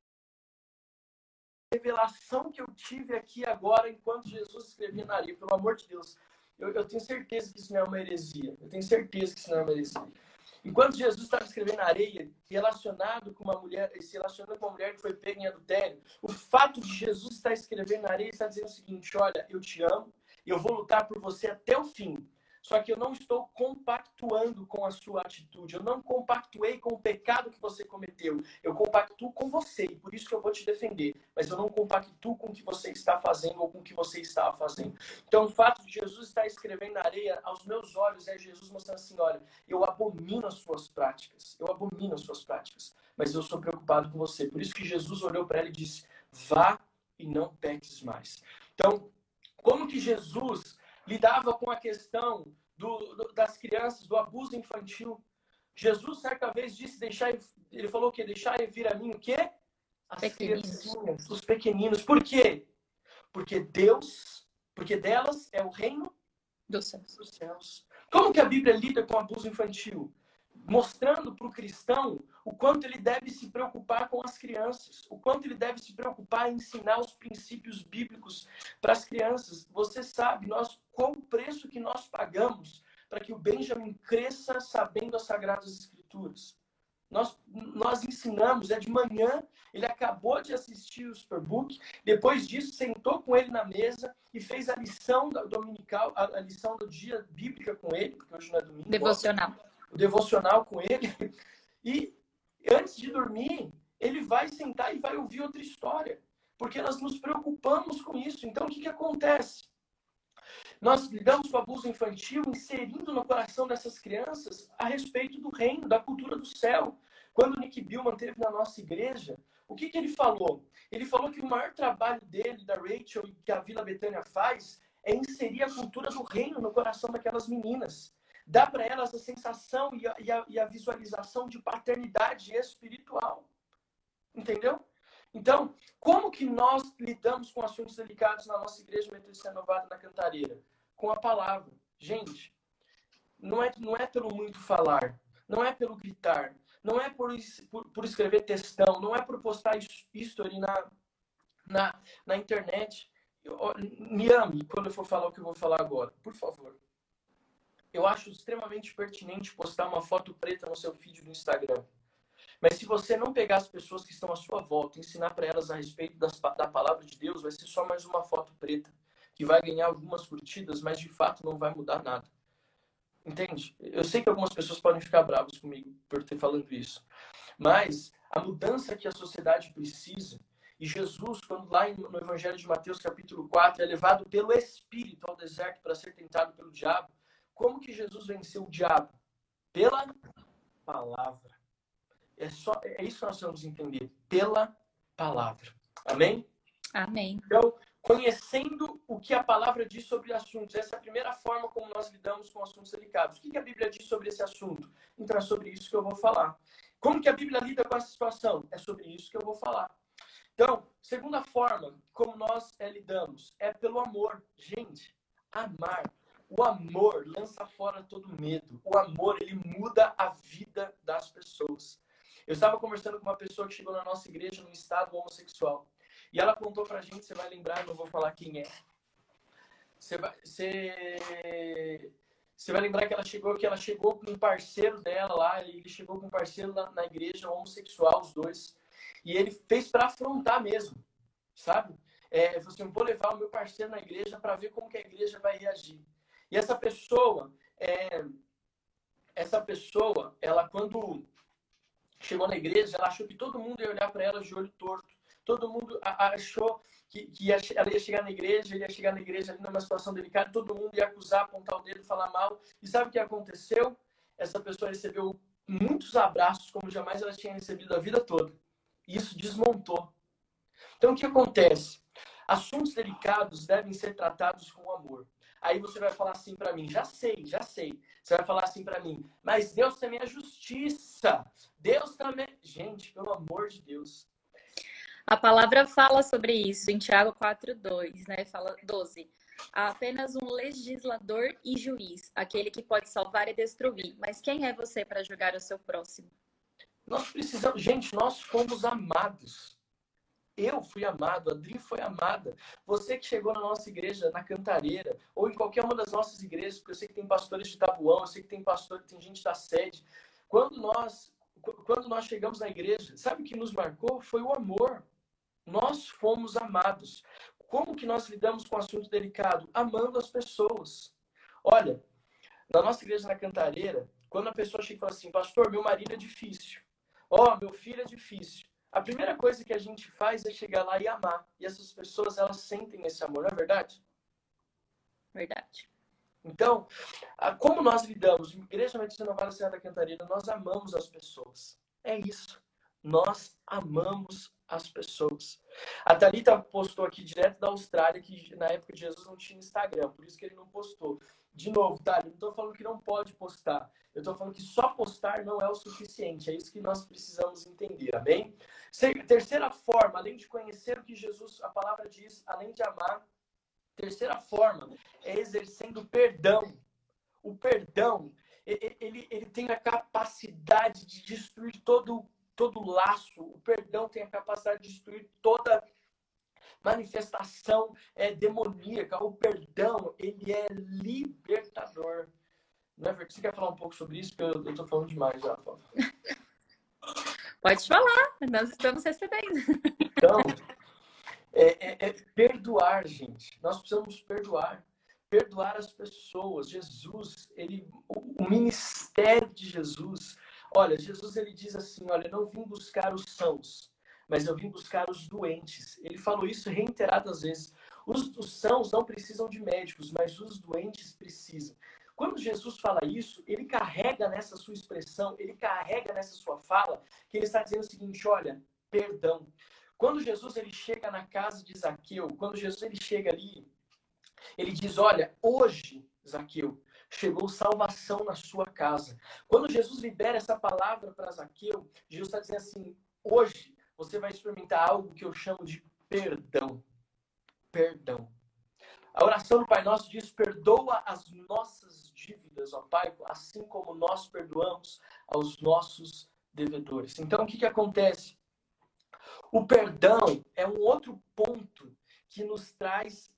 Speaker 2: revelação que eu tive aqui agora, enquanto Jesus escrevia na areia. Pelo amor de Deus, eu tenho certeza que isso não é uma heresia. Eu tenho certeza que isso não é uma heresia. Enquanto Jesus estava escrevendo na areia, se relacionando com uma mulher que foi pega em adultério, o fato de Jesus estar escrevendo na areia está dizendo o seguinte, olha, eu te amo, eu vou lutar por você até o fim. Só que eu não estou compactuando com a sua atitude. Eu não compactuei com o pecado que você cometeu. Eu compactuo com você e por isso que eu vou te defender. Mas eu não compactuo com o que você está fazendo ou com o que você estava fazendo. Então, o fato de Jesus estar escrevendo na areia, aos meus olhos, é Jesus mostrando assim, olha, eu abomino as suas práticas. Eu abomino as suas práticas. Mas eu sou preocupado com você. Por isso que Jesus olhou para ela e disse, vá e não peques mais. Então, como que Jesus lidava com a questão das crianças, do abuso infantil? Jesus, certa vez, disse, ele falou que deixar vir a mim o quê? As criancinhas, os pequeninos. Por quê? Porque delas é o reino dos céus. Como que a Bíblia lida com o abuso infantil? Mostrando para o cristão o quanto ele deve se preocupar com as crianças, o quanto ele deve se preocupar em ensinar os princípios bíblicos para as crianças. Você sabe, qual o preço que nós pagamos para que o Benjamin cresça sabendo as Sagradas Escrituras? Nós ensinamos, de manhã, ele acabou de assistir o Superbook, depois disso sentou com ele na mesa e fez a lição dominical, a lição do dia bíblica com ele, porque hoje não é domingo.
Speaker 1: Devocional.
Speaker 2: O devocional com ele. E antes de dormir, ele vai sentar e vai ouvir outra história. Porque nós nos preocupamos com isso. Então, o que acontece? Nós lidamos com o abuso infantil, inserindo no coração dessas crianças a respeito do reino, da cultura do céu. Quando o Nick Billman esteve na nossa igreja, o que ele falou? Ele falou que o maior trabalho dele, da Rachel, e que a Vila Betânia faz, é inserir a cultura do reino no coração daquelas meninas. dá para elas a sensação e a visualização de paternidade espiritual. Entendeu? Então, como que nós lidamos com assuntos delicados na nossa igreja Metodista Renovada na Cantareira? Com a palavra. Gente, não é pelo muito falar, não é pelo gritar, não é por escrever textão, não é por postar history na internet. Me ame quando eu for falar o que eu vou falar agora, por favor. Eu acho extremamente pertinente postar uma foto preta no seu feed do Instagram. Mas se você não pegar as pessoas que estão à sua volta e ensinar para elas a respeito da palavra de Deus, vai ser só mais uma foto preta, que vai ganhar algumas curtidas, mas de fato não vai mudar nada. Entende? Eu sei que algumas pessoas podem ficar bravas comigo por ter falando isso. Mas a mudança que a sociedade precisa, e Jesus, quando lá no Evangelho de Mateus, capítulo 4, é levado pelo Espírito ao deserto para ser tentado pelo diabo, como que Jesus venceu o diabo? Pela palavra. É isso que nós vamos entender. Pela palavra. Amém?
Speaker 1: Amém.
Speaker 2: Então, conhecendo o que a palavra diz sobre assuntos. Essa é a primeira forma como nós lidamos com assuntos delicados. O que a Bíblia diz sobre esse assunto? Então, é sobre isso que eu vou falar. Como que a Bíblia lida com essa situação? É sobre isso que eu vou falar. Então, segunda forma como nós lidamos é pelo amor. Gente, amar. O amor lança fora todo medo. O amor, ele muda a vida das pessoas. Eu estava conversando com uma pessoa que chegou na nossa igreja num estado homossexual. E ela contou pra gente, você vai lembrar, não vou falar quem é. Você vai lembrar que ela chegou com um parceiro dela lá, ele chegou com um parceiro na igreja homossexual, os dois. E ele fez para afrontar mesmo, sabe? Falou assim, vou levar o meu parceiro na igreja para ver como que a igreja vai reagir. E essa pessoa, ela quando chegou na igreja, ela achou que todo mundo ia olhar para ela de olho torto. Todo mundo achou que ela ia chegar na igreja, ele ia chegar na igreja ali numa situação delicada, todo mundo ia acusar, apontar o dedo, falar mal. E sabe o que aconteceu? Essa pessoa recebeu muitos abraços, como jamais ela tinha recebido a vida toda. E isso desmontou. Então, o que acontece? Assuntos delicados devem ser tratados com amor. Aí você vai falar assim para mim, já sei. Você vai falar assim para mim, mas Deus também é justiça. Deus também... Gente, pelo amor de Deus.
Speaker 1: A palavra fala sobre isso em Tiago 4:2, né? Fala 12. Há apenas um legislador e juiz, aquele que pode salvar e destruir. Mas quem é você para julgar o seu próximo?
Speaker 2: Nós precisamos... Gente, nós fomos amados. Eu fui amado, a Adri foi amada. Você que chegou na nossa igreja, na Cantareira, ou em qualquer uma das nossas igrejas, porque eu sei que tem pastores de Tabuão, eu sei que tem gente da sede. Quando nós chegamos na igreja, sabe o que nos marcou? Foi o amor. Nós fomos amados. Como que nós lidamos com um assunto delicado? Amando as pessoas. Olha, na nossa igreja na Cantareira, quando a pessoa chega e fala assim, pastor, meu marido é difícil. Meu filho é difícil. A primeira coisa que a gente faz é chegar lá e amar. E essas pessoas, elas sentem esse amor, não é verdade?
Speaker 1: Verdade.
Speaker 2: Então, como nós lidamos? Igreja Metodista Renovada Serra da Cantareira, nós amamos as pessoas. É isso. Nós amamos as pessoas. A Thalita postou aqui direto da Austrália, que na época de Jesus não tinha Instagram, por isso que ele não postou. De novo, Thalita, não estou falando que não pode postar. Eu estou falando que só postar não é o suficiente. É isso que nós precisamos entender, amém? Terceira forma, além de conhecer o que Jesus, a palavra diz, além de amar, terceira forma é exercendo perdão. O perdão, ele tem a capacidade de destruir todo laço. O perdão tem a capacidade de destruir toda manifestação demoníaca. O perdão, ele é libertador. Não é verdade? Você quer falar um pouco sobre isso? Porque eu estou falando demais já.
Speaker 1: Pode falar, nós estamos recebendo.
Speaker 2: Então, perdoar, gente. Nós precisamos perdoar. Perdoar as pessoas. Jesus, o ministério de Jesus. Olha, Jesus, ele diz assim, olha, eu não vim buscar os sãos, mas eu vim buscar os doentes. Ele falou isso reiteradas vezes. Os sãos não precisam de médicos, mas os doentes precisam. Quando Jesus fala isso, ele carrega nessa sua expressão, ele carrega nessa sua fala, que ele está dizendo o seguinte, olha, perdão. Quando Jesus ele chega na casa de Zaqueu, quando Jesus ele chega ali, ele diz, olha, hoje, Zaqueu, Chegou salvação na sua casa. Quando Jesus libera essa palavra para Zaqueu, Jesus está dizendo assim, hoje você vai experimentar algo que eu chamo de perdão. Perdão. A oração do Pai Nosso diz, perdoa as nossas dívidas, ó Pai, assim como nós perdoamos aos nossos devedores. Então, o que acontece? O perdão é um outro ponto que nos traz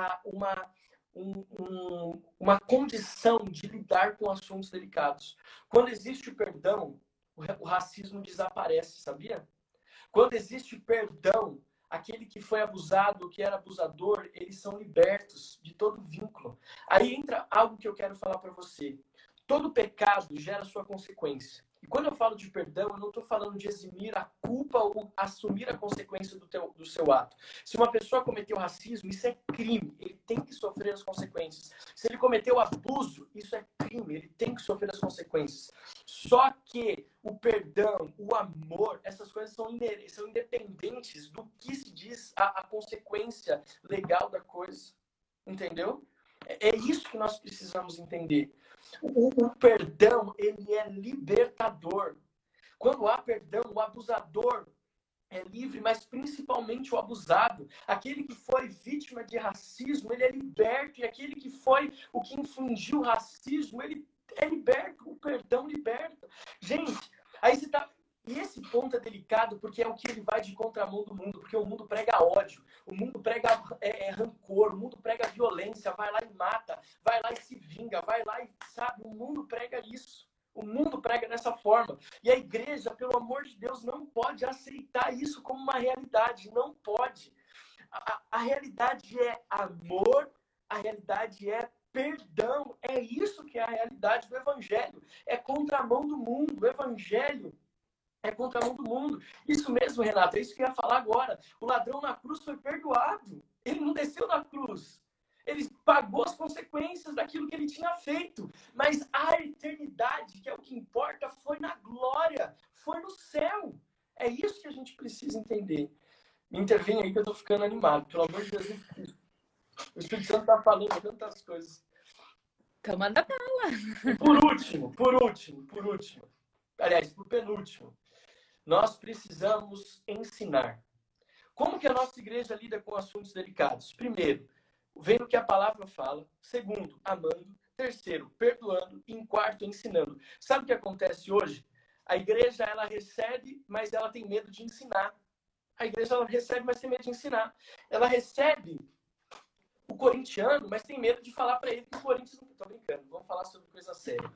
Speaker 2: uma condição de lidar com assuntos delicados. Quando existe o perdão, o racismo desaparece, sabia? Quando existe perdão, aquele que foi abusado, que era abusador, eles são libertos de todo vínculo. Aí entra algo que eu quero falar para você. Todo pecado gera sua consequência. E quando eu falo de perdão, eu não estou falando de eximir a culpa ou assumir a consequência do seu ato. Se uma pessoa cometeu racismo, isso é crime. Ele tem que sofrer as consequências. Se ele cometeu abuso, isso é crime. Ele tem que sofrer as consequências. Só que o perdão, o amor, essas coisas são independentes do que se diz a consequência legal da coisa. Entendeu? É isso que nós precisamos entender. O perdão, ele é libertador. Quando há perdão, o abusador é livre, mas principalmente o abusado. Aquele que foi vítima de racismo, ele é liberto. E aquele que foi o que infligiu o racismo, ele é liberto. O perdão liberta. Gente, aí você tá... E esse ponto é delicado porque é o que ele vai de contramão do mundo, porque o mundo prega ódio, o mundo prega rancor, o mundo prega violência, vai lá e mata, vai lá e se vinga, vai lá e, sabe, o mundo prega isso. O mundo prega dessa forma. E a igreja, pelo amor de Deus, não pode aceitar isso como uma realidade, não pode. A realidade é amor, a realidade é perdão, é isso que é a realidade do evangelho, é contramão do mundo, o evangelho é contramão do mundo. Isso mesmo, Renato, é isso que eu ia falar agora. O ladrão na cruz foi perdoado. Ele não desceu da cruz. Ele pagou as consequências daquilo que ele tinha feito. Mas a eternidade, que é o que importa, foi na glória. Foi no céu. É isso que a gente precisa entender. Me intervém aí que eu estou ficando animado. Pelo amor de Deus. O Espírito Santo está falando tantas coisas.
Speaker 1: Então manda bala.
Speaker 2: E por último. Aliás, por penúltimo. Nós precisamos ensinar. Como que a nossa igreja lida com assuntos delicados? Primeiro, vendo o que a palavra fala. Segundo, amando. Terceiro, perdoando. E em quarto, ensinando. Sabe o que acontece hoje? A igreja, ela recebe, mas ela tem medo de ensinar. A igreja, ela recebe, mas tem medo de ensinar. Ela recebe o corintiano, mas tem medo de falar para ele que o Corinthians... Não estou brincando, vamos falar sobre coisa séria.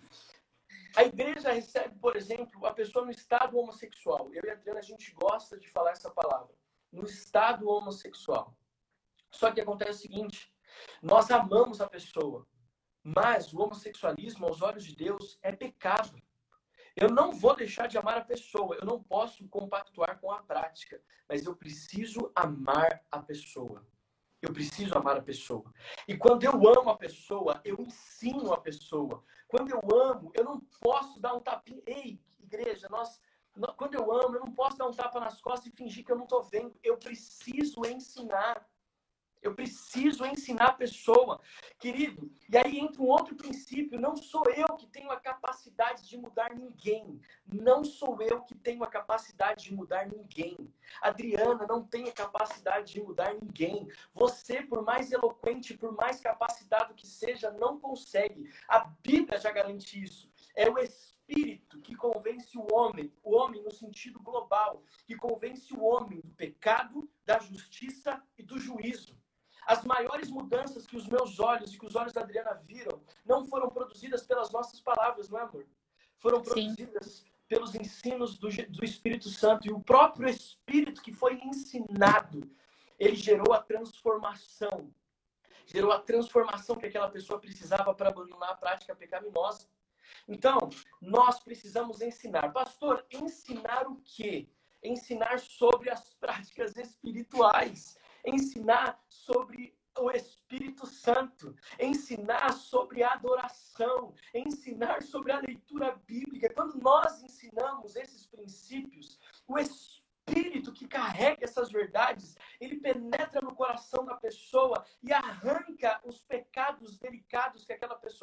Speaker 2: A igreja recebe, por exemplo, a pessoa no estado homossexual. Eu e a Adriana, a gente gosta de falar essa palavra. No estado homossexual. Só que acontece o seguinte, nós amamos a pessoa, mas o homossexualismo, aos olhos de Deus, é pecado. Eu não vou deixar de amar a pessoa, eu não posso compactuar com a prática, mas eu preciso amar a pessoa. Eu preciso amar a pessoa. E quando eu amo a pessoa, eu ensino a pessoa. Quando eu amo, eu não posso dar um tapinha. Ei, igreja, quando eu amo, eu não posso dar um tapa nas costas e fingir que eu não estou vendo. Eu preciso ensinar. Eu preciso ensinar a pessoa. Querido, e aí entra um outro princípio. Não sou eu que tenho a capacidade de mudar ninguém. Não sou eu que tenho a capacidade de mudar ninguém. Adriana não tem a capacidade de mudar ninguém. Você, por mais eloquente, por mais capacitado que seja, não consegue. A Bíblia já garante isso. É o Espírito que convence o homem no sentido global, que convence o homem do pecado, da justiça e do juízo. As maiores mudanças que os meus olhos e que os olhos da Adriana viram não foram produzidas pelas nossas palavras, não é, amor? Foram produzidas pelos ensinos do Espírito Santo. E o próprio Espírito que foi ensinado, ele gerou a transformação. Gerou a transformação que aquela pessoa precisava para abandonar a prática pecaminosa. Então, nós precisamos ensinar. Pastor, ensinar o quê? Ensinar sobre as práticas espirituais. Ensinar sobre o Espírito Santo, ensinar sobre a adoração, ensinar sobre a leitura bíblica. Quando nós ensinamos esses princípios, o Espírito que carrega essas verdades, ele penetra no coração da pessoa e arranca os pecados delicados que aquela pessoa tem cometido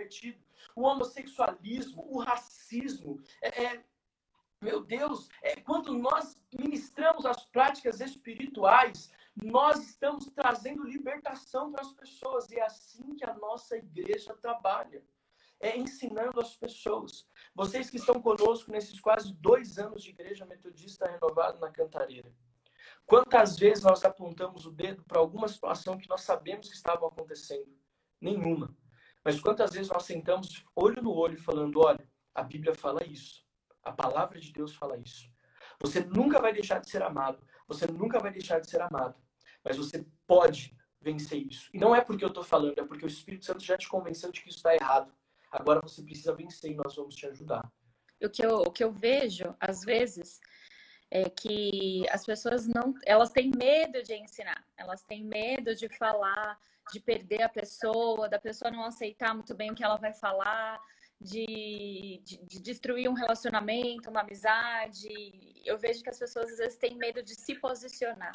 Speaker 2: convertido. O homossexualismo, o racismo, meu Deus, quando nós ministramos as práticas espirituais, nós estamos trazendo libertação para as pessoas. E é assim que a nossa igreja trabalha. Ensinando as pessoas. Vocês que estão conosco nesses quase 2 anos de Igreja Metodista Renovada na Cantareira. Quantas vezes nós apontamos o dedo para alguma situação que nós sabemos que estava acontecendo? Nenhuma. Mas quantas vezes nós sentamos olho no olho falando, olha, a Bíblia fala isso. A palavra de Deus fala isso. Você nunca vai deixar de ser amado. Você nunca vai deixar de ser amado. Mas você pode vencer isso. E não é porque eu estou falando, é porque o Espírito Santo já te convenceu de que isso está errado. Agora você precisa vencer e nós vamos te ajudar.
Speaker 1: O que eu vejo, às vezes, é que as pessoas elas têm medo de ensinar. Elas têm medo de falar, de perder a pessoa, da pessoa não aceitar muito bem o que ela vai falar, de destruir um relacionamento, uma amizade. Eu vejo que as pessoas, às vezes, têm medo de se posicionar.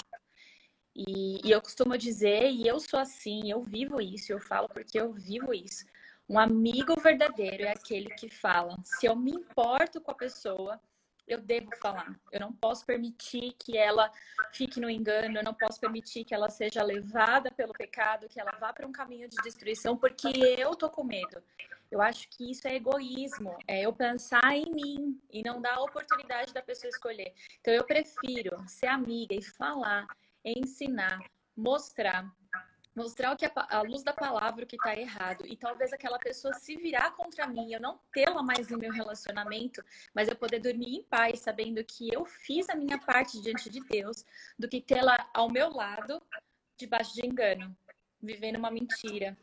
Speaker 1: E eu costumo dizer, e eu sou assim, eu vivo isso, eu falo porque eu vivo isso. Um amigo verdadeiro é aquele que fala. Se eu me importo com a pessoa, eu devo falar. Eu não posso permitir que ela fique no engano, eu não posso permitir que ela seja levada pelo pecado, que ela vá para um caminho de destruição, porque eu tô com medo. Eu acho que isso é egoísmo, é eu pensar em mim e não dar a oportunidade da pessoa escolher. Então eu prefiro ser amiga e falar, ensinar, mostrar o que a luz da palavra, o que está errado. E talvez aquela pessoa se virar contra mim, eu não tê-la mais no meu relacionamento, mas eu poder dormir em paz, sabendo que eu fiz a minha parte diante de Deus, do que tê-la ao meu lado, debaixo de engano, vivendo uma mentira,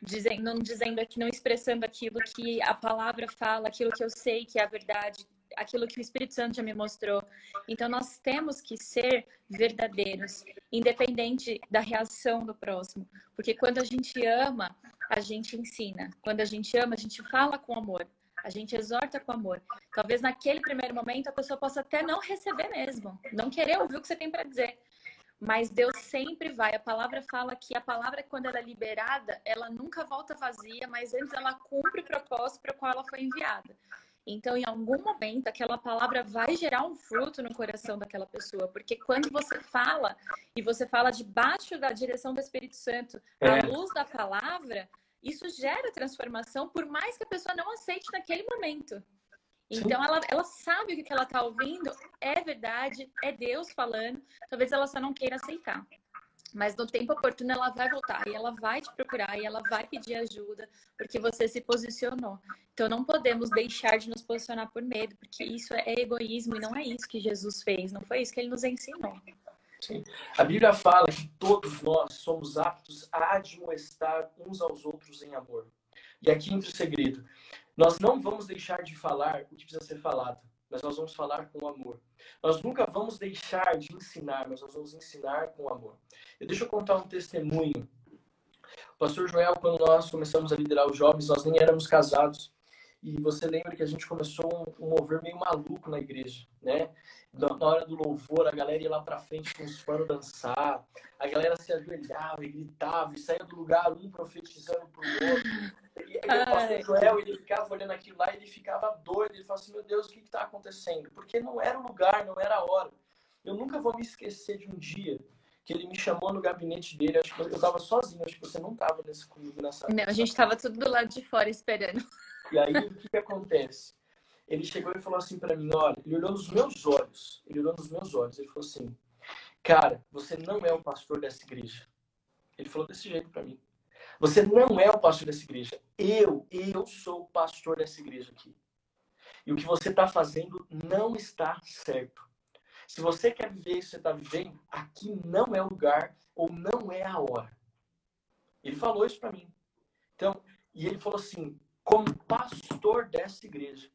Speaker 1: não expressando aquilo que a palavra fala, aquilo que eu sei que é a verdade, aquilo que o Espírito Santo já me mostrou. Então, nós temos que ser verdadeiros, independente da reação do próximo. Porque quando a gente ama, a gente ensina. Quando a gente ama, a gente fala com amor. A gente exorta com amor. Talvez naquele primeiro momento a pessoa possa até não receber mesmo, não querer ouvir o que você tem para dizer. Mas Deus sempre vai. A palavra fala que a palavra, quando ela é liberada, ela nunca volta vazia, mas antes ela cumpre o propósito para o qual ela foi enviada. Então, em algum momento, aquela palavra vai gerar um fruto no coração daquela pessoa. Porque quando você fala, e você fala debaixo da direção do Espírito Santo, à luz da palavra, isso gera transformação, por mais que a pessoa não aceite naquele momento. Então, ela sabe o que ela está ouvindo, é verdade, é Deus falando, talvez ela só não queira aceitar. Mas no tempo oportuno ela vai voltar e ela vai te procurar e ela vai pedir ajuda porque você se posicionou. Então não podemos deixar de nos posicionar por medo, porque isso é egoísmo e não é isso que Jesus fez, não foi isso que ele nos ensinou.
Speaker 2: Sim. A Bíblia fala que todos nós somos aptos a admoestar uns aos outros em amor. E aqui entra o segredo. Nós não vamos deixar de falar o que precisa ser falado, mas nós vamos falar com amor. Nós nunca vamos deixar de ensinar, mas nós vamos ensinar com amor. Deixa eu contar um testemunho. O pastor Joel, quando nós começamos a liderar os jovens, nós nem éramos casados. E você lembra que a gente começou um mover meio maluco na igreja, né? Na hora do louvor, a galera ia lá pra frente com os panos dançar. A galera se ajoelhava e gritava e saía do lugar, um profetizando pro outro. E aí o pastor Joel, ele ficava olhando aquilo lá e ele ficava doido. Ele falava assim, meu Deus, o que está acontecendo? Porque não era o lugar, não era a hora. Eu nunca vou me esquecer de um dia que ele me chamou no gabinete dele. Acho que eu estava sozinho, acho que você não estava comigo nessa...
Speaker 1: Não, a gente estava tudo do lado de fora esperando.
Speaker 2: E aí, o que acontece? Ele chegou e falou assim para mim, olha, ele olhou nos meus olhos, ele falou assim, cara, você não é o pastor dessa igreja. Ele falou desse jeito para mim. Você não é o pastor dessa igreja. Eu sou o pastor dessa igreja aqui. E o que você está fazendo não está certo. Se você quer viver isso que você está vivendo, aqui não é o lugar ou não é a hora. Ele falou isso para mim. Então, e ele falou assim, como pastor dessa igreja,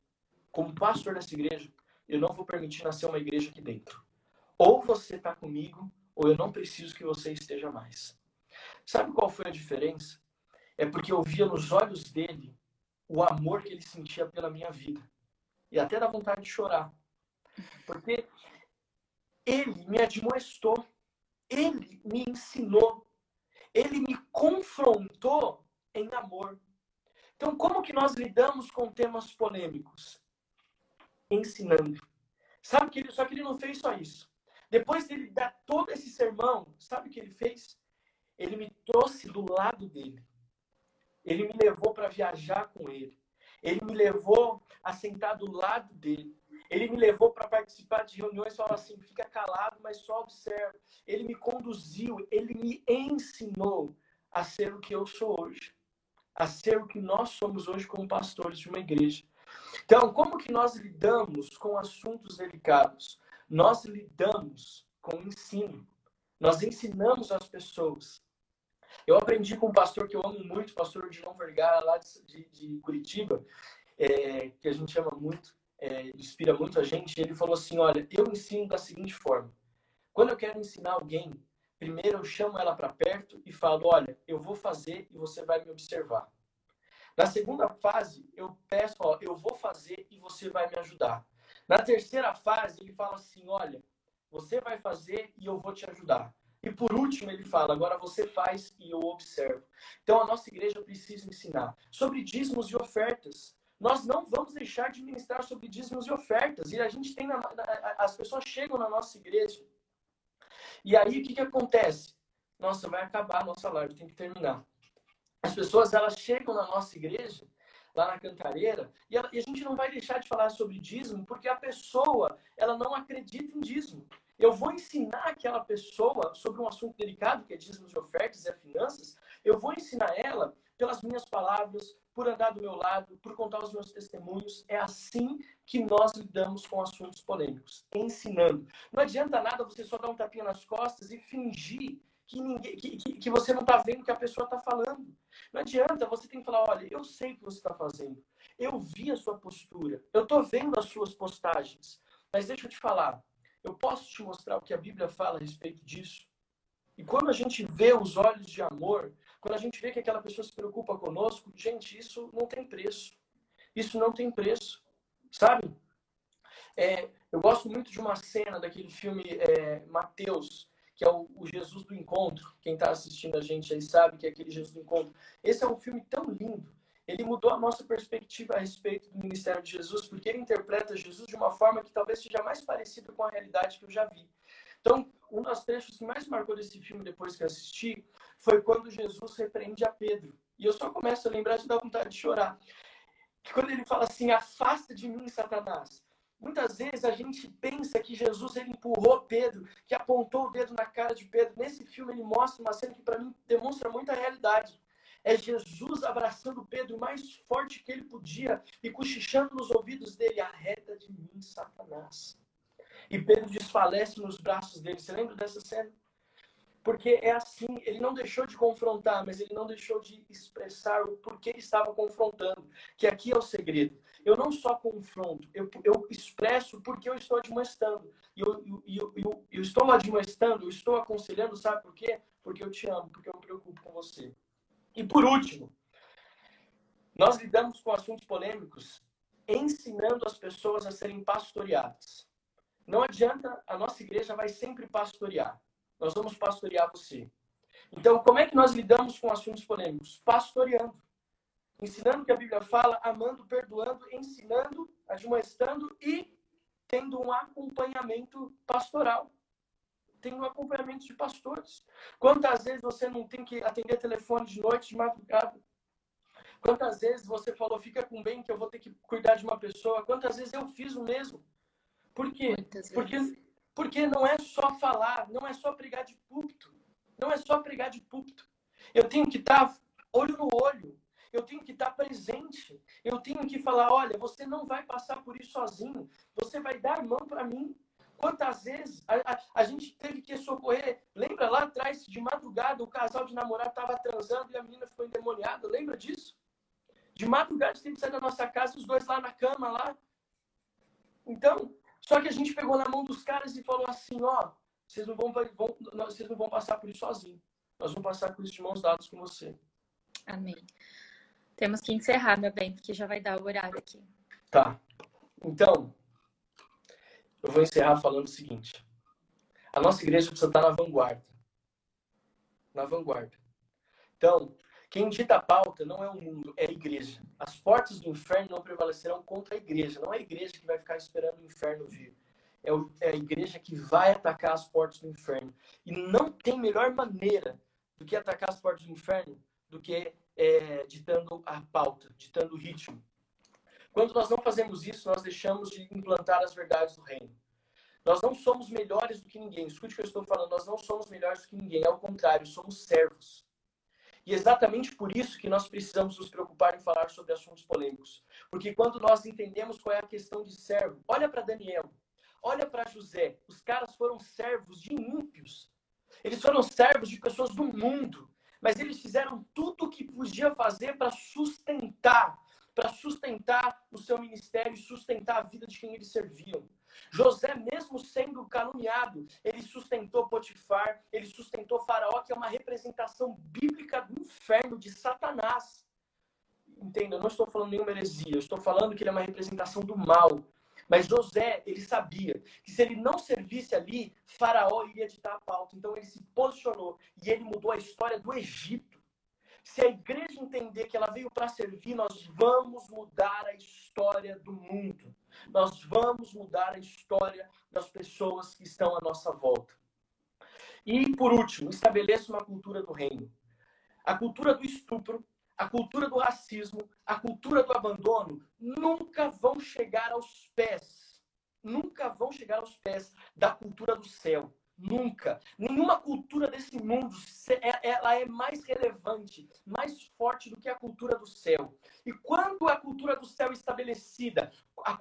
Speaker 2: eu não vou permitir nascer uma igreja aqui dentro. Ou você está comigo, ou eu não preciso que você esteja mais. Sabe qual foi a diferença? É porque eu via nos olhos dele o amor que ele sentia pela minha vida. E até dá vontade de chorar. Porque ele me admoestou. Ele me ensinou. Ele me confrontou em amor. Então, como que nós lidamos com temas polêmicos? Ensinando. Só que ele não fez só isso. Depois dele dar todo esse sermão, sabe o que ele fez? Ele me trouxe do lado dele. Ele me levou para viajar com ele. Ele me levou a sentar do lado dele. Ele me levou para participar de reuniões e falou assim, fica calado, mas só observa. Ele me conduziu, ele me ensinou a ser o que eu sou hoje. A ser o que nós somos hoje como pastores de uma igreja. Então, como que nós lidamos com assuntos delicados? Nós lidamos com o ensino. Nós ensinamos as pessoas. Eu aprendi com um pastor que eu amo muito, o pastor Odilon Vergara, lá de Curitiba, que a gente ama muito, inspira muito a gente. Ele falou assim, olha, eu ensino da seguinte forma. Quando eu quero ensinar alguém, primeiro eu chamo ela para perto e falo, olha, eu vou fazer e você vai me observar. Na segunda fase, eu peço, ó, eu vou fazer e você vai me ajudar. Na terceira fase, ele fala assim, olha, você vai fazer e eu vou te ajudar. E por último, ele fala, agora você faz e eu observo. Então, a nossa igreja precisa ensinar sobre dízimos e ofertas. Nós não vamos deixar de ministrar sobre dízimos e ofertas. E a gente tem, as pessoas chegam na nossa igreja. E aí, o que acontece? Nossa, vai acabar a nossa live, tem que terminar. As pessoas, elas chegam na nossa igreja, lá na Cantareira, e a gente não vai deixar de falar sobre dízimo, porque a pessoa, ela não acredita em dízimo. Eu vou ensinar aquela pessoa sobre um assunto delicado, que é dízimos e ofertas, é finanças, eu vou ensinar ela pelas minhas palavras, por andar do meu lado, por contar os meus testemunhos. É assim que nós lidamos com assuntos polêmicos, ensinando. Não adianta nada você só dar um tapinha nas costas e fingir que você não está vendo o que a pessoa está falando. Não adianta, você tem que falar, olha, eu sei o que você está fazendo. Eu vi a sua postura. Eu estou vendo as suas postagens. Mas deixa eu te falar, eu posso te mostrar o que a Bíblia fala a respeito disso? E quando a gente vê os olhos de amor, quando a gente vê que aquela pessoa se preocupa conosco, gente, isso não tem preço. Isso não tem preço, sabe? Eu gosto muito de uma cena daquele filme Mateus, que é o Jesus do Encontro. Quem está assistindo a gente aí sabe que é aquele Jesus do Encontro. Esse é um filme tão lindo. Ele mudou a nossa perspectiva a respeito do ministério de Jesus, porque ele interpreta Jesus de uma forma que talvez seja mais parecida com a realidade que eu já vi. Então, um dos trechos que mais marcou desse filme, depois que eu assisti, foi quando Jesus repreende a Pedro. E eu só começo a lembrar de dar vontade de chorar. Quando ele fala assim, afasta de mim, Satanás. Muitas vezes a gente pensa que Jesus ele empurrou Pedro, que apontou o dedo na cara de Pedro. Nesse filme ele mostra uma cena que para mim demonstra muita realidade. É Jesus abraçando Pedro o mais forte que ele podia e cochichando nos ouvidos dele, arreda de mim, Satanás. E Pedro desfalece nos braços dele. Você lembra dessa cena? Porque é assim, ele não deixou de confrontar, mas ele não deixou de expressar o porquê ele estava confrontando. Que aqui é o segredo. Eu não só confronto, eu expresso porque eu estou admoestando. E eu estou admoestando, eu estou aconselhando, sabe por quê? Porque eu te amo, porque eu me preocupo com você. E por último, nós lidamos com assuntos polêmicos ensinando as pessoas a serem pastoreadas. Não adianta, a nossa igreja vai sempre pastorear. Nós vamos pastorear você. Então, como é que nós lidamos com assuntos polêmicos? Pastoreando. Ensinando o que a Bíblia fala, amando, perdoando, ensinando, admoestando e tendo um acompanhamento pastoral. Tem um acompanhamento de pastores. Quantas vezes você não tem que atender telefone de noite, de madrugada? Quantas vezes você falou, fica com bem que eu vou ter que cuidar de uma pessoa? Quantas vezes eu fiz o mesmo? Por quê? Porque não é só falar, não é só pregar de púlpito. Não é só pregar de púlpito. Eu tenho que estar olho no olho. Eu tenho que estar presente. Eu tenho que falar, olha, você não vai passar por isso sozinho. Você vai dar mão para mim. Quantas vezes a gente teve que socorrer? Lembra lá atrás, de madrugada, o casal de namorado estava transando e a menina ficou endemoniada? Lembra disso? De madrugada, a gente teve que sair da nossa casa, os dois lá na cama, lá. Então, só que a gente pegou na mão dos caras e falou assim, ó, vocês não vão passar por isso sozinhos. Nós vamos passar por isso de mãos dadas com você.
Speaker 1: Amém. Temos que encerrar, meu bem, porque já vai dar o horário aqui.
Speaker 2: Tá. Então, eu vou encerrar falando o seguinte. A nossa igreja precisa estar na vanguarda. Na vanguarda. Então, Quem dita a pauta não é o mundo, é a igreja. As portas do inferno não prevalecerão contra a igreja. Não é a igreja que vai ficar esperando o inferno vir. É a igreja que vai atacar as portas do inferno. E não tem melhor maneira do que atacar as portas do inferno do que ditando a pauta, ditando o ritmo. Quando nós não fazemos isso, nós deixamos de implantar as verdades do reino. Nós não somos melhores do que ninguém. Escute o que eu estou falando. Nós não somos melhores do que ninguém. Ao contrário, somos servos. E é exatamente por isso que nós precisamos nos preocupar em falar sobre assuntos polêmicos. Porque quando nós entendemos qual é a questão de servo, olha para Daniel, olha para José. Os caras foram servos de ímpios. Eles foram servos de pessoas do mundo. Mas eles fizeram tudo o que podia fazer para sustentar o seu ministério e sustentar a vida de quem eles serviam. José, mesmo sendo caluniado, ele sustentou Potifar, ele sustentou Faraó, que é uma representação bíblica do inferno, de Satanás. Entenda, eu não estou falando nenhuma heresia, eu estou falando que ele é uma representação do mal. Mas José, ele sabia que se ele não servisse ali, Faraó iria ditar a pauta. Então ele se posicionou e ele mudou a história do Egito. Se a igreja entender que ela veio para servir, nós vamos mudar a história do mundo. Nós vamos mudar a história das pessoas que estão à nossa volta. E, por último, estabeleça uma cultura do reino. A cultura do estupro, a cultura do racismo, a cultura do abandono nunca vão chegar aos pés da cultura do céu. Nunca. Nenhuma cultura desse mundo ela é mais relevante, mais forte do que a cultura do céu. E quando a cultura do céu é estabelecida,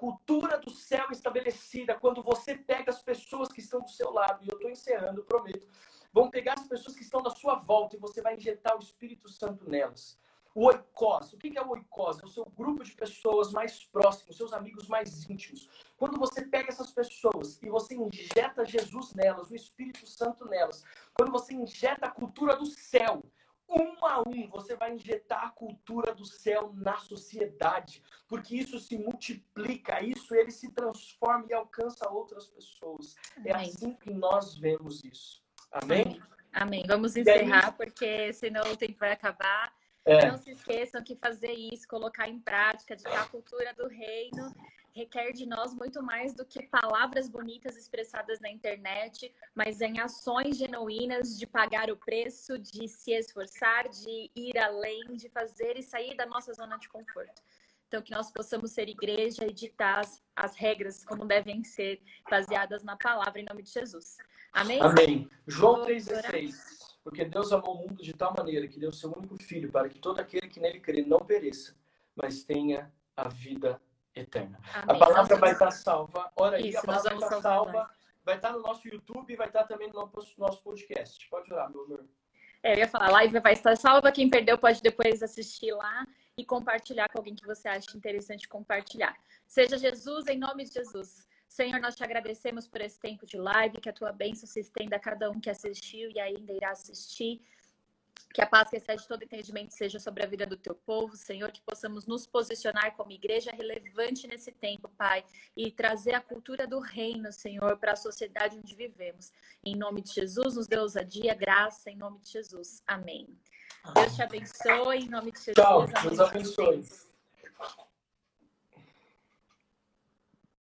Speaker 2: quando você pega as pessoas que estão do seu lado, e eu estou encerrando, eu prometo, vão pegar as pessoas que estão da sua volta e você vai injetar o Espírito Santo nelas. O oikos. O que é o oikos? É o seu grupo de pessoas mais próximos, seus amigos mais íntimos. Quando você pega essas pessoas e você injeta Jesus nelas, o Espírito Santo nelas, quando você injeta a cultura do céu, um a um, você vai injetar a cultura do céu na sociedade, porque isso se multiplica, ele se transforma e alcança outras pessoas.
Speaker 1: Amém.
Speaker 2: É assim que nós vemos isso. Amém?
Speaker 1: Amém. Vamos encerrar, porque senão o tempo vai acabar. Não se esqueçam que fazer isso, colocar em prática, de a cultura do reino, requer de nós muito mais do que palavras bonitas expressadas na internet, mas em ações genuínas de pagar o preço, de se esforçar, de ir além, de fazer e sair da nossa zona de conforto. Então, que nós possamos ser igreja e ditar as regras como devem ser, baseadas na palavra, em nome de Jesus. Amém?
Speaker 2: Amém. João 3,16. Porque Deus amou o mundo de tal maneira que deu seu único filho para que todo aquele que nele crê não pereça, mas tenha a vida eterna. Amém. A palavra vai estar salva. Ora aí, a palavra vai estar salva. Vai estar no nosso YouTube e vai estar também no nosso podcast. Pode orar, meu amor.
Speaker 1: Eu ia falar, a live vai estar salva. Quem perdeu pode depois assistir lá e compartilhar com alguém que você acha interessante compartilhar. Seja Jesus, em nome de Jesus. Senhor, nós te agradecemos por esse tempo de live, que a tua bênção se estenda a cada um que assistiu e ainda irá assistir. Que a paz que excede todo entendimento seja sobre a vida do teu povo, Senhor, que possamos nos posicionar como igreja relevante nesse tempo, Pai, e trazer a cultura do reino, Senhor, para a sociedade onde vivemos. Em nome de Jesus, nos dê ousadia, graça, em nome de Jesus. Amém. Deus te abençoe, em nome de Jesus.
Speaker 2: Tchau, Deus abençoe.